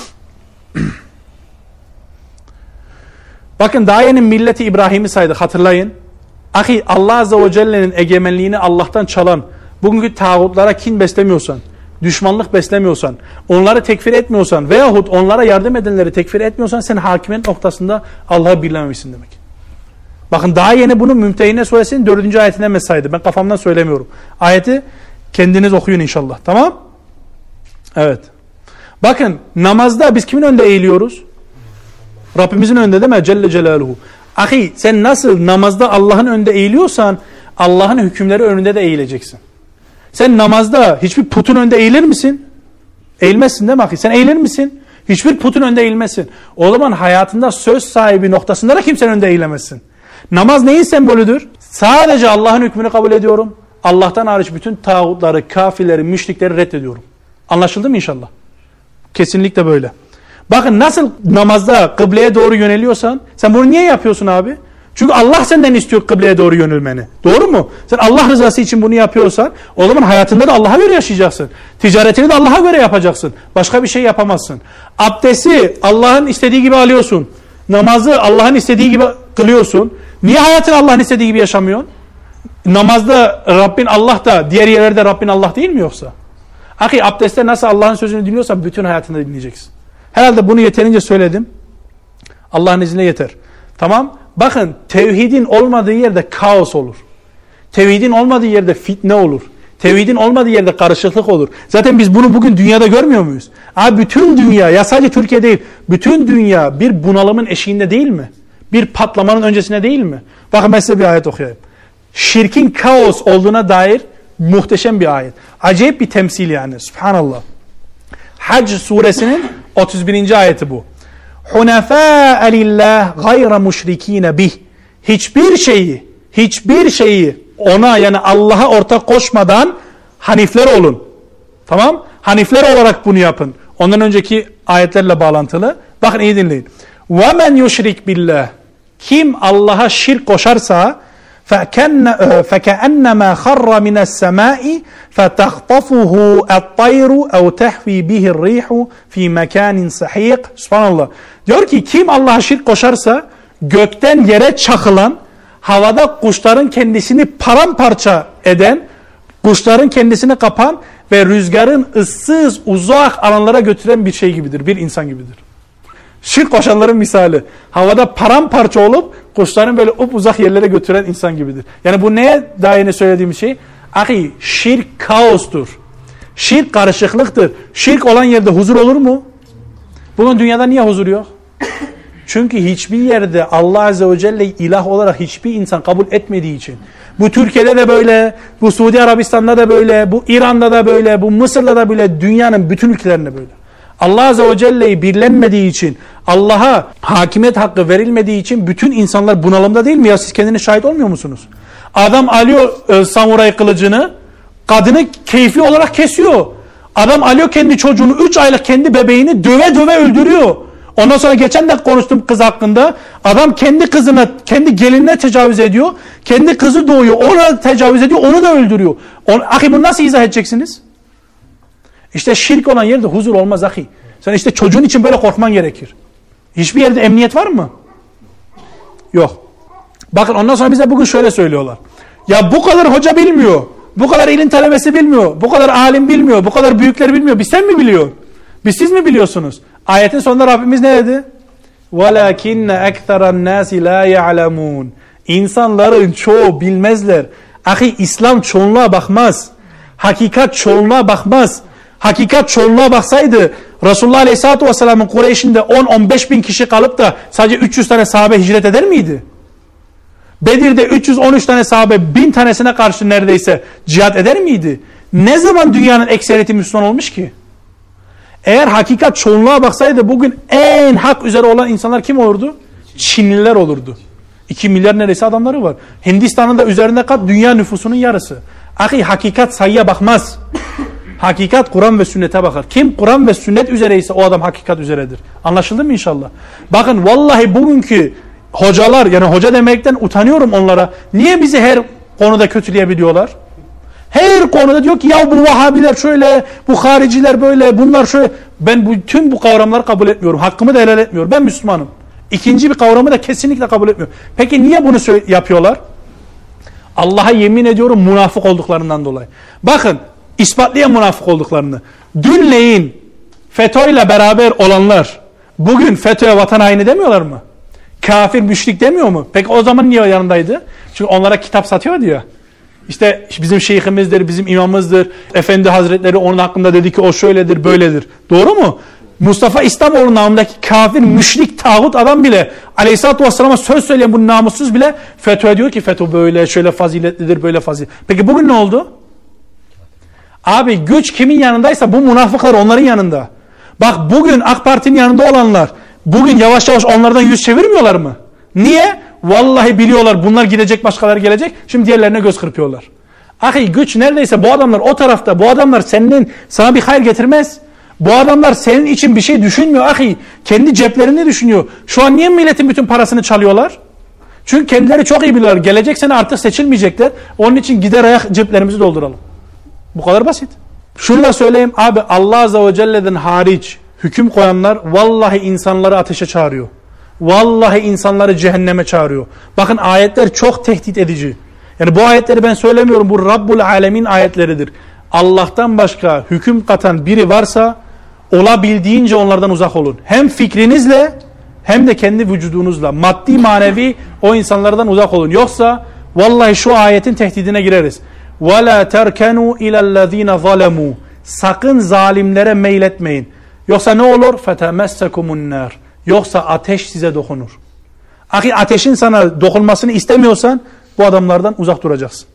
Bakın daha yeni milleti İbrahim'i saydık, hatırlayın. Ahi, Allah Azze ve Celle'nin egemenliğini Allah'tan çalan, bugünkü tağutlara kin beslemiyorsan, düşmanlık beslemiyorsan, onları tekfir etmiyorsan veyahut onlara yardım edenleri tekfir etmiyorsan sen hakimiyet noktasında Allah'ı birlememişsin demek. Bakın daha yeni bunu Mümtehine Suresinin 4. ayetinden mesaydı. Ben kafamdan söylemiyorum. Ayeti kendiniz okuyun inşallah. Tamam? Evet. Bakın namazda biz kimin önünde eğiliyoruz? Rabbimizin önünde değil mi? Celle Celaluhu. Ahi sen nasıl namazda Allah'ın önünde eğiliyorsan Allah'ın hükümleri önünde de eğileceksin. Sen namazda hiçbir putun önünde eğilir misin? Eğilmezsin değil mi ahi? Sen eğilir misin? Hiçbir putun önünde eğilmezsin. O zaman hayatında söz sahibi noktasında da kimsenin önünde eğilemezsin. Namaz neyin sembolüdür? Sadece Allah'ın hükmünü kabul ediyorum. Allah'tan hariç bütün tağutları, kafirleri, müşrikleri reddediyorum. Anlaşıldı mı inşallah? Kesinlikle böyle. Bakın nasıl namazda kıbleye doğru yöneliyorsan sen bunu niye yapıyorsun abi? Çünkü Allah senden istiyor kıbleye doğru yönelmeni. Doğru mu? Sen Allah rızası için bunu yapıyorsan o zaman hayatında da Allah'a göre yaşayacaksın. Ticaretini de Allah'a göre yapacaksın. Başka bir şey yapamazsın. Abdesti Allah'ın istediği gibi alıyorsun. Namazı Allah'ın istediği gibi kılıyorsun. Niye hayatını Allah'ın istediği gibi yaşamıyorsun? Namazda Rabbin Allah da diğer yerlerde Rabbin Allah değil mi yoksa? Ahi abdestte nasıl Allah'ın sözünü dinliyorsan bütün hayatında dinleyeceksin. Herhalde bunu yeterince söyledim. Allah'ın izniyle yeter. Tamam. Bakın tevhidin olmadığı yerde kaos olur. Tevhidin olmadığı yerde fitne olur. Tevhidin olmadığı yerde karışıklık olur. Zaten biz bunu bugün dünyada görmüyor muyuz? Abi bütün dünya, ya sadece Türkiye değil, bütün dünya bir bunalımın eşiğinde değil mi? Bir patlamanın öncesinde değil mi? Bakın ben size bir ayet okuyayım. Şirkin kaos olduğuna dair muhteşem bir ayet. Acayip bir temsil yani. Subhanallah. Hac suresinin 31. ayeti bu. Hunefâ'e lillâh gayra müşrikîne bih. Hiçbir şeyi ona yani Allah'a ortak koşmadan hanifler olun. Tamam? Hanifler olarak bunu yapın. Ondan önceki ayetlerle bağlantılı. Bakın iyi dinleyin. وَمَنْ يُشْرِكْ بِاللّٰهِ Kim Allah'a şirk koşarsa فَكَأَنَّمَا خَرَّ مِنَ السَّمَاءِ فَتَخْطَفُهُ الطَّيْرُ اَوْ تَحْوِي بِهِ الرِّيحُ فِي مَكَانٍ سَحِيقٍ Subhanallah. Diyor ki kim Allah'a şirk koşarsa gökten yere çakılan, havada kuşların kendisini paramparça eden, kuşların kendisini kapan ve rüzgarın ıssız uzak alanlara götüren bir şey gibidir. Bir insan gibidir. Şirk koşanların misali. Havada paramparça olup kuşların böyle uzak yerlere götüren insan gibidir. Yani bu neye dair söylediğim şey? Ahi şirk kaostur. Şirk karışıklıktır. Şirk olan yerde huzur olur mu? Bugün dünyada niye huzur yok? Çünkü hiçbir yerde Allah Azze ve Celle ilah olarak hiçbir insan kabul etmediği için. Bu Türkiye'de de böyle, bu Suudi Arabistan'da da böyle, bu İran'da da böyle, bu Mısır'da da böyle, dünyanın bütün ülkelerinde böyle. Allah Azze ve Celle'yi birlenmediği için, Allah'a hakimiyet hakkı verilmediği için bütün insanlar bunalımda değil mi? Ya siz kendiniz şahit olmuyor musunuz? Adam alıyor samuray kılıcını, kadını keyfi olarak kesiyor. Adam alıyor kendi çocuğunu, 3 aylık kendi bebeğini döve döve öldürüyor. Ondan sonra geçen de konuştum kız hakkında. Adam kendi kızına, kendi gelinine tecavüz ediyor. Kendi kızı doğuyor, ona tecavüz ediyor, onu da öldürüyor. Ahi bunu nasıl izah edeceksiniz? İşte şirk olan yerde huzur olmaz ahi. Sen işte çocuğun için böyle korkman gerekir. Hiçbir yerde emniyet var mı? Yok. Bakın ondan sonra bize bugün şöyle söylüyorlar. Ya bu kadar hoca bilmiyor. Bu kadar ilim talebesi bilmiyor. Bu kadar alim bilmiyor. Bu kadar büyükler bilmiyor. Biz sen mi biliyor? Biz siz mi biliyorsunuz? Ayetin sonunda Rabbimiz ne dedi? وَلَكِنَّ اَكْثَرَ النَّاسِ لَا يَعْلَمُونَ İnsanların çoğu bilmezler. Ahi İslam çoğunluğa bakmaz. Hakikat çoğunluğa bakmaz. Hakikat çoğunluğa baksaydı Resulullah Aleyhisselatü Vesselam'ın Kureyş'inde 10-15 bin kişi kalıp da sadece 300 tane sahabe hicret eder miydi? Bedir'de 313 tane sahabe 1000 tanesine karşı neredeyse cihat eder miydi? Ne zaman dünyanın ekseriyeti Müslüman olmuş ki? Eğer hakikat çoğunluğa baksaydı bugün en hak üzere olan insanlar kim olurdu? Çinliler olurdu. 2 milyar neredeyse adamları var. Hindistan'ın da üzerinde kat dünya nüfusunun yarısı. Ahi hakikat sayıya bakmaz. Hakikat Kur'an ve sünnete bakar. Kim Kur'an ve sünnet üzereyse o adam hakikat üzeredir. Anlaşıldı mı inşallah? Bakın vallahi bugünkü hocalar, yani hoca demekten utanıyorum onlara. Niye bizi her konuda kötüleyebiliyorlar? Her konuda diyor ki ya bu Vahabiler şöyle, bu hariciler böyle, bunlar şöyle. Ben bütün bu kavramları kabul etmiyorum. Hakkımı da helal etmiyorum. Ben Müslümanım. İkinci bir kavramı da kesinlikle kabul etmiyorum. Peki niye bunu yapıyorlar? Allah'a yemin ediyorum münafık olduklarından dolayı. Bakın ispatlayan münafık olduklarını. Dünleyin FETÖ'yle beraber olanlar bugün FETÖ'ye vatan haini demiyorlar mı? Kafir, müşrik demiyor mu? Peki o zaman niye yanındaydı? Çünkü onlara kitap satıyordu ya. İşte bizim şeyhimizdir, bizim imamımızdır. Efendi Hazretleri onun hakkında dedi ki o şöyledir, böyledir. Doğru mu? Mustafa İslamoğlu namındaki kafir, müşrik, tağut adam bile Aleyhisselatü Vesselam'a söz söyleyen bu namussuz bile FETÖ diyor ki FETÖ böyle, şöyle faziletlidir, böyle fazilet. Peki bugün ne oldu? Abi güç kimin yanındaysa bu münafıklar onların yanında. Bak bugün AK Parti'nin yanında olanlar bugün yavaş yavaş onlardan yüz çevirmiyorlar mı? Niye? Vallahi biliyorlar bunlar gidecek, başkaları gelecek. Şimdi diğerlerine göz kırpıyorlar. Ahi güç neredeyse bu adamlar o tarafta. Bu adamlar sana bir hayır getirmez. Bu adamlar senin için bir şey düşünmüyor ahi. Kendi ceplerini düşünüyor. Şu an niye milletin bütün parasını çalıyorlar? Çünkü kendileri çok iyi biliyorlar. Gelecek sene artık seçilmeyecekler. Onun için gider ayak ceplerimizi dolduralım. Bu kadar basit. Şunu da söyleyeyim abi, Allah Azze ve Celle'den hariç hüküm koyanlar vallahi insanları ateşe çağırıyor. Vallahi insanları cehenneme çağırıyor. Bakın ayetler çok tehdit edici. Yani bu ayetleri ben söylemiyorum. Bu Rabbul Alemin ayetleridir. Allah'tan başka hüküm katan biri varsa olabildiğince onlardan uzak olun. Hem fikrinizle hem de kendi vücudunuzla. Maddi manevi o insanlardan uzak olun. Yoksa vallahi şu ayetin tehdidine gireriz. وَلَا تَرْكَنُوا اِلَى الَّذ۪ينَ ظَلَمُوا Sakın zalimlere meyletmeyin. Yoksa ne olur? فَتَمَسَّكُمُ النَّارِ Yoksa ateş size dokunur. Ahi ateşin sana dokunmasını istemiyorsan bu adamlardan uzak duracaksın.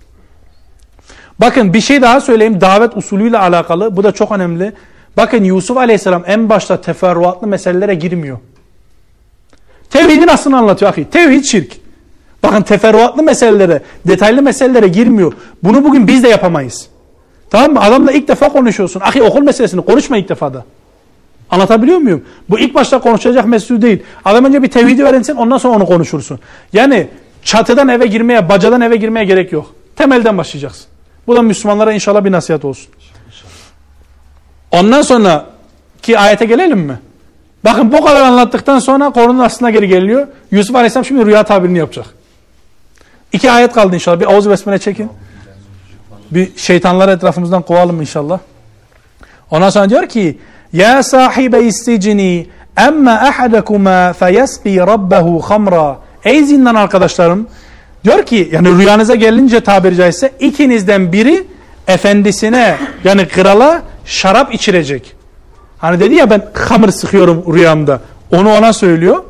Bakın bir şey daha söyleyeyim davet usulüyle alakalı. Bu da çok önemli. Bakın Yusuf Aleyhisselam en başta teferruatlı meselelere girmiyor. Tevhidin aslını anlatıyor ahi. Tevhid şirk. Bakın teferruatlı meselelere, detaylı meselelere girmiyor. Bunu bugün biz de yapamayız. Tamam mı? Adamla ilk defa konuşuyorsun. Ahi okul meselesini konuşma ilk defada. Anlatabiliyor muyum? Bu ilk başta konuşacak mesele değil. Adam önce bir tevhidi öğrensin, ondan sonra onu konuşursun. Yani çatıdan eve girmeye, bacadan eve girmeye gerek yok. Temelden başlayacaksın. Bu da Müslümanlara inşallah bir nasihat olsun. Ondan sonraki ayete gelelim mi? Bakın bu kadar anlattıktan sonra konunun aslına geri geliyor. Yusuf Aleyhisselam şimdi rüya tabirini yapacak. 2 ayet kaldı inşallah. Bir Auzu Besmele çekin. Bir şeytanları etrafımızdan kovalım inşallah. Ondan sonra diyor ki Ya sahibe isticini emme ahadakuma feyesqi rabbehu khamra Ey zindan arkadaşlarım, diyor ki yani rüyanıza gelince tabiri caizse ikinizden biri efendisine yani krala şarap içirecek. Hani dedi ya ben hamır sıkıyorum rüyamda. Onu ona söylüyor.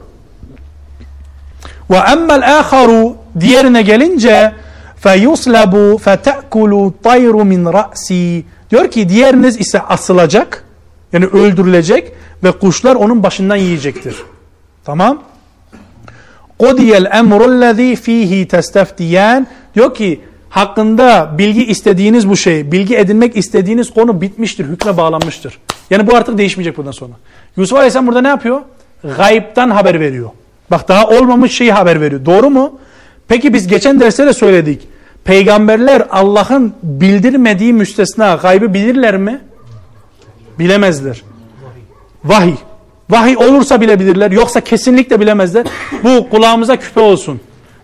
Ve emmel aharu diğerine gelince feyuslabu fete'kulu tayru min ra'si diyor ki diğeriniz ise asılacak yani öldürülecek ve kuşlar onun başından yiyecektir. Tamam? Qudiyel emrullezî fîhî testeftiyen diyor ki hakkında bilgi istediğiniz bu şey, bilgi edinmek istediğiniz konu bitmiştir, hükme bağlanmıştır. Yani bu artık değişmeyecek bundan sonra. Yusuf Aleyhisselam burada ne yapıyor? Gayb'tan haber veriyor. Bak daha olmamış şeyi haber veriyor. Doğru mu? Peki biz geçen derste de söyledik. Peygamberler Allah'ın bildirmediği müstesna gaybı bilirler mi? Bilemezler. Vahiy. Vahiy olursa bilebilirler. Yoksa kesinlikle bilemezler. Bu kulağımıza küpe olsun.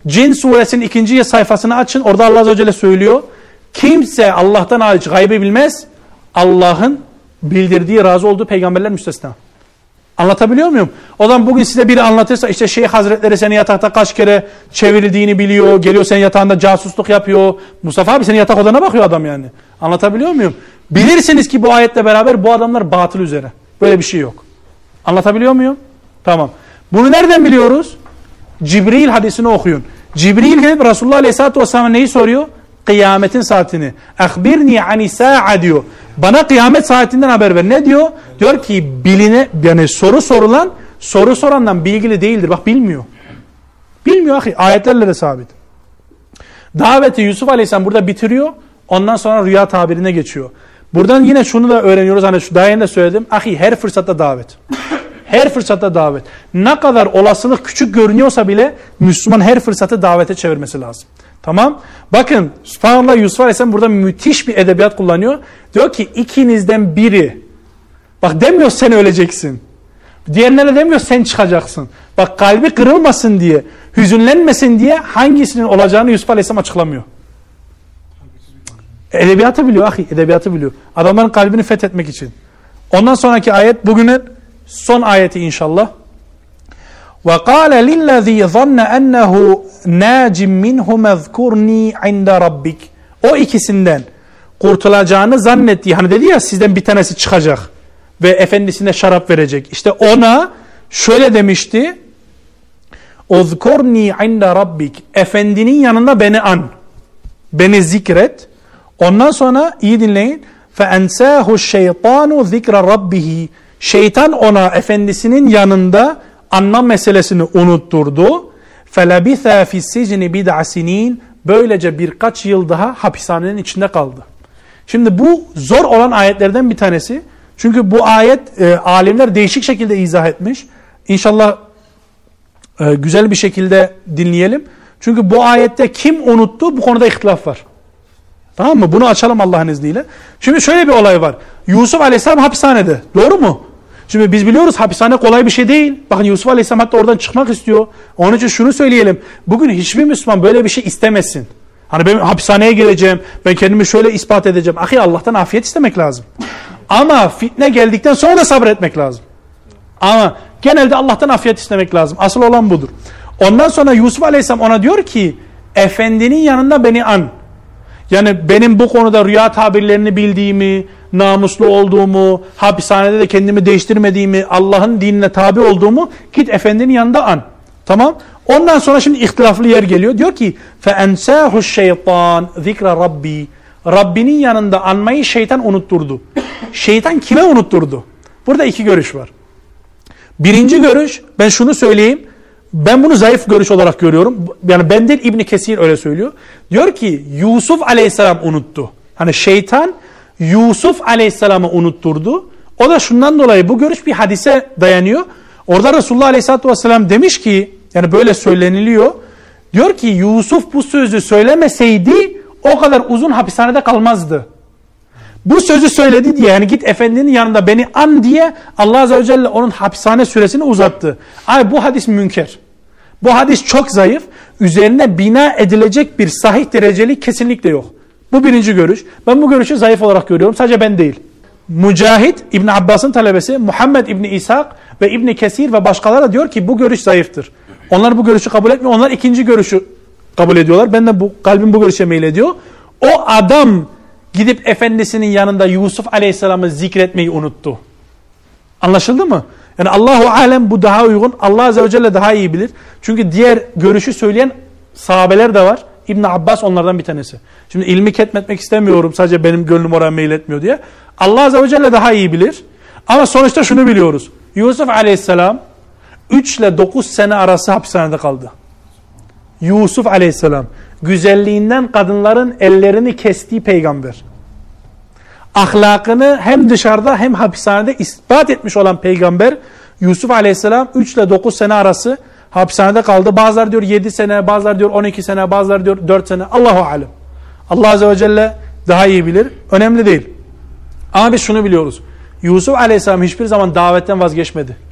Cin suresinin 2. sayfasını açın. Orada Allah Azze ve Celle söylüyor. Kimse Allah'tan hariç gaybı bilmez. Allah'ın bildirdiği, razı olduğu peygamberler müstesna. Anlatabiliyor muyum? O zaman bugün size biri anlatırsa işte Şeyh Hazretleri seni yatakta kaç kere çevirdiğini biliyor. Geliyor senin yatağında casusluk yapıyor. Mustafa abi senin yatak odana bakıyor adam yani. Anlatabiliyor muyum? Bilirsiniz ki bu ayetle beraber bu adamlar batıl üzere. Böyle bir şey yok. Anlatabiliyor muyum? Tamam. Bunu nereden biliyoruz? Cibril hadisini okuyun. Cibril gelip Resulullah Aleyhisselatü Vesselam'a neyi soruyor? Kıyametin saatini. Akhbirni ani sa'a diyor. Bana kıyamet saatinden haber ver. Ne diyor? Diyor ki yani soru sorandan bilgili değildir. Bak bilmiyor. Bilmiyor ahi. Ayetlerle de sabit. Daveti Yusuf Aleyhisselam burada bitiriyor. Ondan sonra rüya tabirine geçiyor. Buradan yine şunu da öğreniyoruz. Hani şu daha yeni de söyledim. Ahi her fırsatta davet. Her fırsatta davet. Ne kadar olasılık küçük görünüyorsa bile Müslüman her fırsatı davete çevirmesi lazım. Tamam. Bakın Subhanallah, Yusuf Aleyhisselam burada müthiş bir edebiyat kullanıyor. Diyor ki ikinizden biri. Bak demiyor sen öleceksin. Diğerlerine demiyor sen çıkacaksın. Bak kalbi kırılmasın diye, hüzünlenmesin diye hangisinin olacağını Yusuf Aleyhisselam açıklamıyor. Edebiyatı biliyor ahi, edebiyatı biliyor. Adamların kalbini fethetmek için. Ondan sonraki ayet bugünün son ayeti inşallah. وَقَالَ لِلَّذ۪ي ظَنَّ أَنَّهُ نَاجٍ مِّنْهُ مَذْكُرْنِي عِنْدَ رَبِّكِ. O ikisinden kurtulacağını zannettiği, hani dedi ya sizden bir tanesi çıkacak ve efendisine şarap verecek. İşte ona şöyle demişti. اُذْكُرْنِي عِنْدَ رَبِّكِ. Efendinin yanında beni an. Beni zikret. Ondan sonra iyi dinleyin. فَاَنْسَاهُ الشَّيْطَانُ ذِكْرَ رَبِّهِ. Şeytan ona efendisinin yanında anma meselesini unutturdu. فَلَبِثَا فِي السِّجْنِ بِدْعَ سِن۪ينَ. Böylece birkaç yıl daha hapishanenin içinde kaldı. Şimdi bu zor olan ayetlerden bir tanesi. Çünkü bu ayet alimler değişik şekilde izah etmiş. İnşallah güzel bir şekilde dinleyelim. Çünkü bu ayette kim unuttu bu konuda ihtilaf var. Tamam mı? Bunu açalım Allah'ın izniyle. Şimdi şöyle bir olay var. Yusuf Aleyhisselam hapishanede. Doğru mu? Şimdi biz biliyoruz hapishane kolay bir şey değil. Bakın Yusuf Aleyhisselam hatta oradan çıkmak istiyor. Onun için şunu söyleyelim. Bugün hiçbir Müslüman böyle bir şey istemesin. Hani ben hapishaneye gireceğim, ben kendimi şöyle ispat edeceğim. Ahi Allah'tan afiyet istemek lazım. Ama fitne geldikten sonra da sabretmek lazım. Ama genelde Allah'tan afiyet istemek lazım. Asıl olan budur. Ondan sonra Yusuf Aleyhisselam ona diyor ki efendinin yanında beni an. Yani benim bu konuda rüya tabirlerini bildiğimi, namuslu olduğumu, hapishanede de kendimi değiştirmediğimi, Allah'ın dinine tabi olduğumu git efendinin yanında an. Tamam. Ondan sonra şimdi ihtilaflı yer geliyor. Diyor ki فَاَنْسَاهُ الشَّيْطَانِ ذِكْرَ رَبِّي. Rabbinin yanında anmayı şeytan unutturdu. Şeytan kime unutturdu? Burada iki görüş var. Birinci görüş, ben şunu söyleyeyim. Ben bunu zayıf görüş olarak görüyorum. Yani ben değil İbn Kesir öyle söylüyor. Diyor ki Yusuf Aleyhisselam unuttu. Hani şeytan Yusuf Aleyhisselam'ı unutturdu. O da şundan dolayı bu görüş bir hadise dayanıyor. Orada Resulullah Aleyhisselatü Vesselam demiş ki yani böyle söyleniliyor. Diyor ki Yusuf bu sözü söylemeseydi o kadar uzun hapishanede kalmazdı. Bu sözü söyledi diye yani git efendinin yanında beni an diye Allah Azze ve Celle onun hapishane süresini uzattı. Ay bu hadis münker. Bu hadis çok zayıf. Üzerine bina edilecek bir sahih dereceli kesinlikle yok. Bu birinci görüş. Ben bu görüşü zayıf olarak görüyorum. Sadece ben değil. Mücahit, İbn Abbas'ın talebesi, Muhammed İbni İshak ve İbni Kesir ve başkaları da diyor ki bu görüş zayıftır. Onlar bu görüşü kabul etmiyor. Onlar ikinci görüşü kabul ediyorlar. Ben de kalbim bu görüşe meylediyor. O adam gidip efendisinin yanında Yusuf Aleyhisselam'ı zikretmeyi unuttu. Anlaşıldı mı? Yani Allahu alem bu daha uygun. Allah Azze ve Celle daha iyi bilir. Çünkü diğer görüşü söyleyen sahabeler de var. İbn Abbas onlardan bir tanesi. Şimdi ilmi ketmetmek istemiyorum. Sadece benim gönlüm oraya meyletmiyor diye. Allah Azze ve Celle daha iyi bilir. Ama sonuçta şunu biliyoruz. Yusuf Aleyhisselam 3 ile 9 sene arası hapishanede kaldı. Yusuf Aleyhisselam güzelliğinden kadınların ellerini kestiği peygamber. Ahlakını hem dışarıda hem hapishanede ispat etmiş olan peygamber Yusuf Aleyhisselam 3 ile 9 sene arası hapishanede kaldı. Bazıları diyor 7 sene, bazıları diyor 12 sene, bazıları diyor 4 sene. Allahu alem. Allah Azze ve Celle daha iyi bilir. Önemli değil. Ama biz şunu biliyoruz. Yusuf Aleyhisselam hiçbir zaman davetten vazgeçmedi.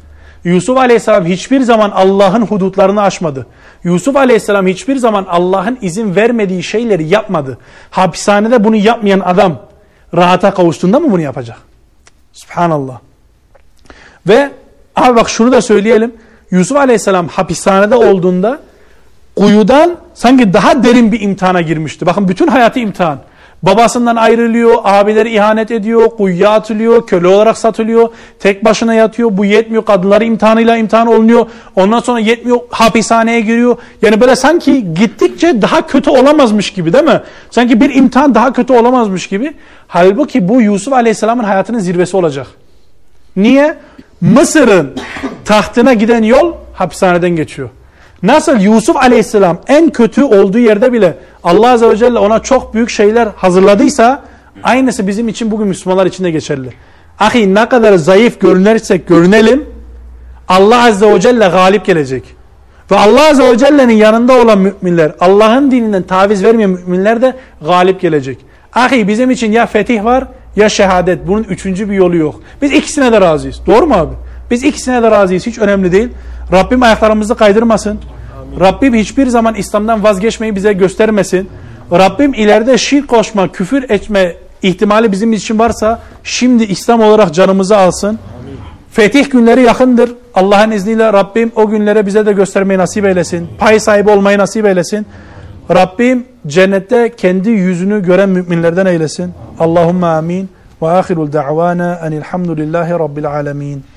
Yusuf Aleyhisselam hiçbir zaman Allah'ın hudutlarını aşmadı. Yusuf Aleyhisselam hiçbir zaman Allah'ın izin vermediği şeyleri yapmadı. Hapishanede bunu yapmayan adam rahata kavuştuğunda mı bunu yapacak? Subhanallah. Ve abi bak şunu da söyleyelim. Yusuf Aleyhisselam hapishanede olduğunda kuyudan sanki daha derin bir imtihana girmişti. Bakın bütün hayatı imtihan. Babasından ayrılıyor, abileri ihanet ediyor, kuyuya atılıyor, köle olarak satılıyor, tek başına yatıyor, bu yetmiyor, kadınları imtihanıyla imtihan olunuyor, ondan sonra yetmiyor, hapishaneye giriyor. Yani böyle sanki gittikçe daha kötü olamazmış gibi değil mi? Sanki bir imtihan daha kötü olamazmış gibi. Halbuki bu Yusuf Aleyhisselam'ın hayatının zirvesi olacak. Niye? Mısır'ın tahtına giden yol hapishaneden geçiyor. Nasıl Yusuf Aleyhisselam en kötü olduğu yerde bile Allah Azze ve Celle ona çok büyük şeyler hazırladıysa aynısı bizim için bugün Müslümanlar için de geçerli. Ahi ne kadar zayıf görünersek görünelim Allah Azze ve Celle galip gelecek. Ve Allah Azze ve Celle'nin yanında olan müminler, Allah'ın dininden taviz vermeyen müminler de galip gelecek. Ahi bizim için ya fetih var ya şehadet. Bunun üçüncü bir yolu yok. Biz ikisine de razıyız. Doğru mu abi? Biz ikisine de razıyız. Hiç önemli değil. Rabbim ayaklarımızı kaydırmasın. Amin. Rabbim hiçbir zaman İslam'dan vazgeçmeyi bize göstermesin. Rabbim ileride şirk koşma, küfür etme ihtimali bizim için varsa şimdi İslam olarak canımızı alsın. Amin. Fetih günleri yakındır. Allah'ın izniyle Rabbim o günlere bize de göstermeyi nasip eylesin. Pay sahibi olmayı nasip eylesin. Rabbim cennette kendi yüzünü gören müminlerden eylesin. Allahümme amin. Ve ahirul da'vana enilhamdülillahi rabbil alemin.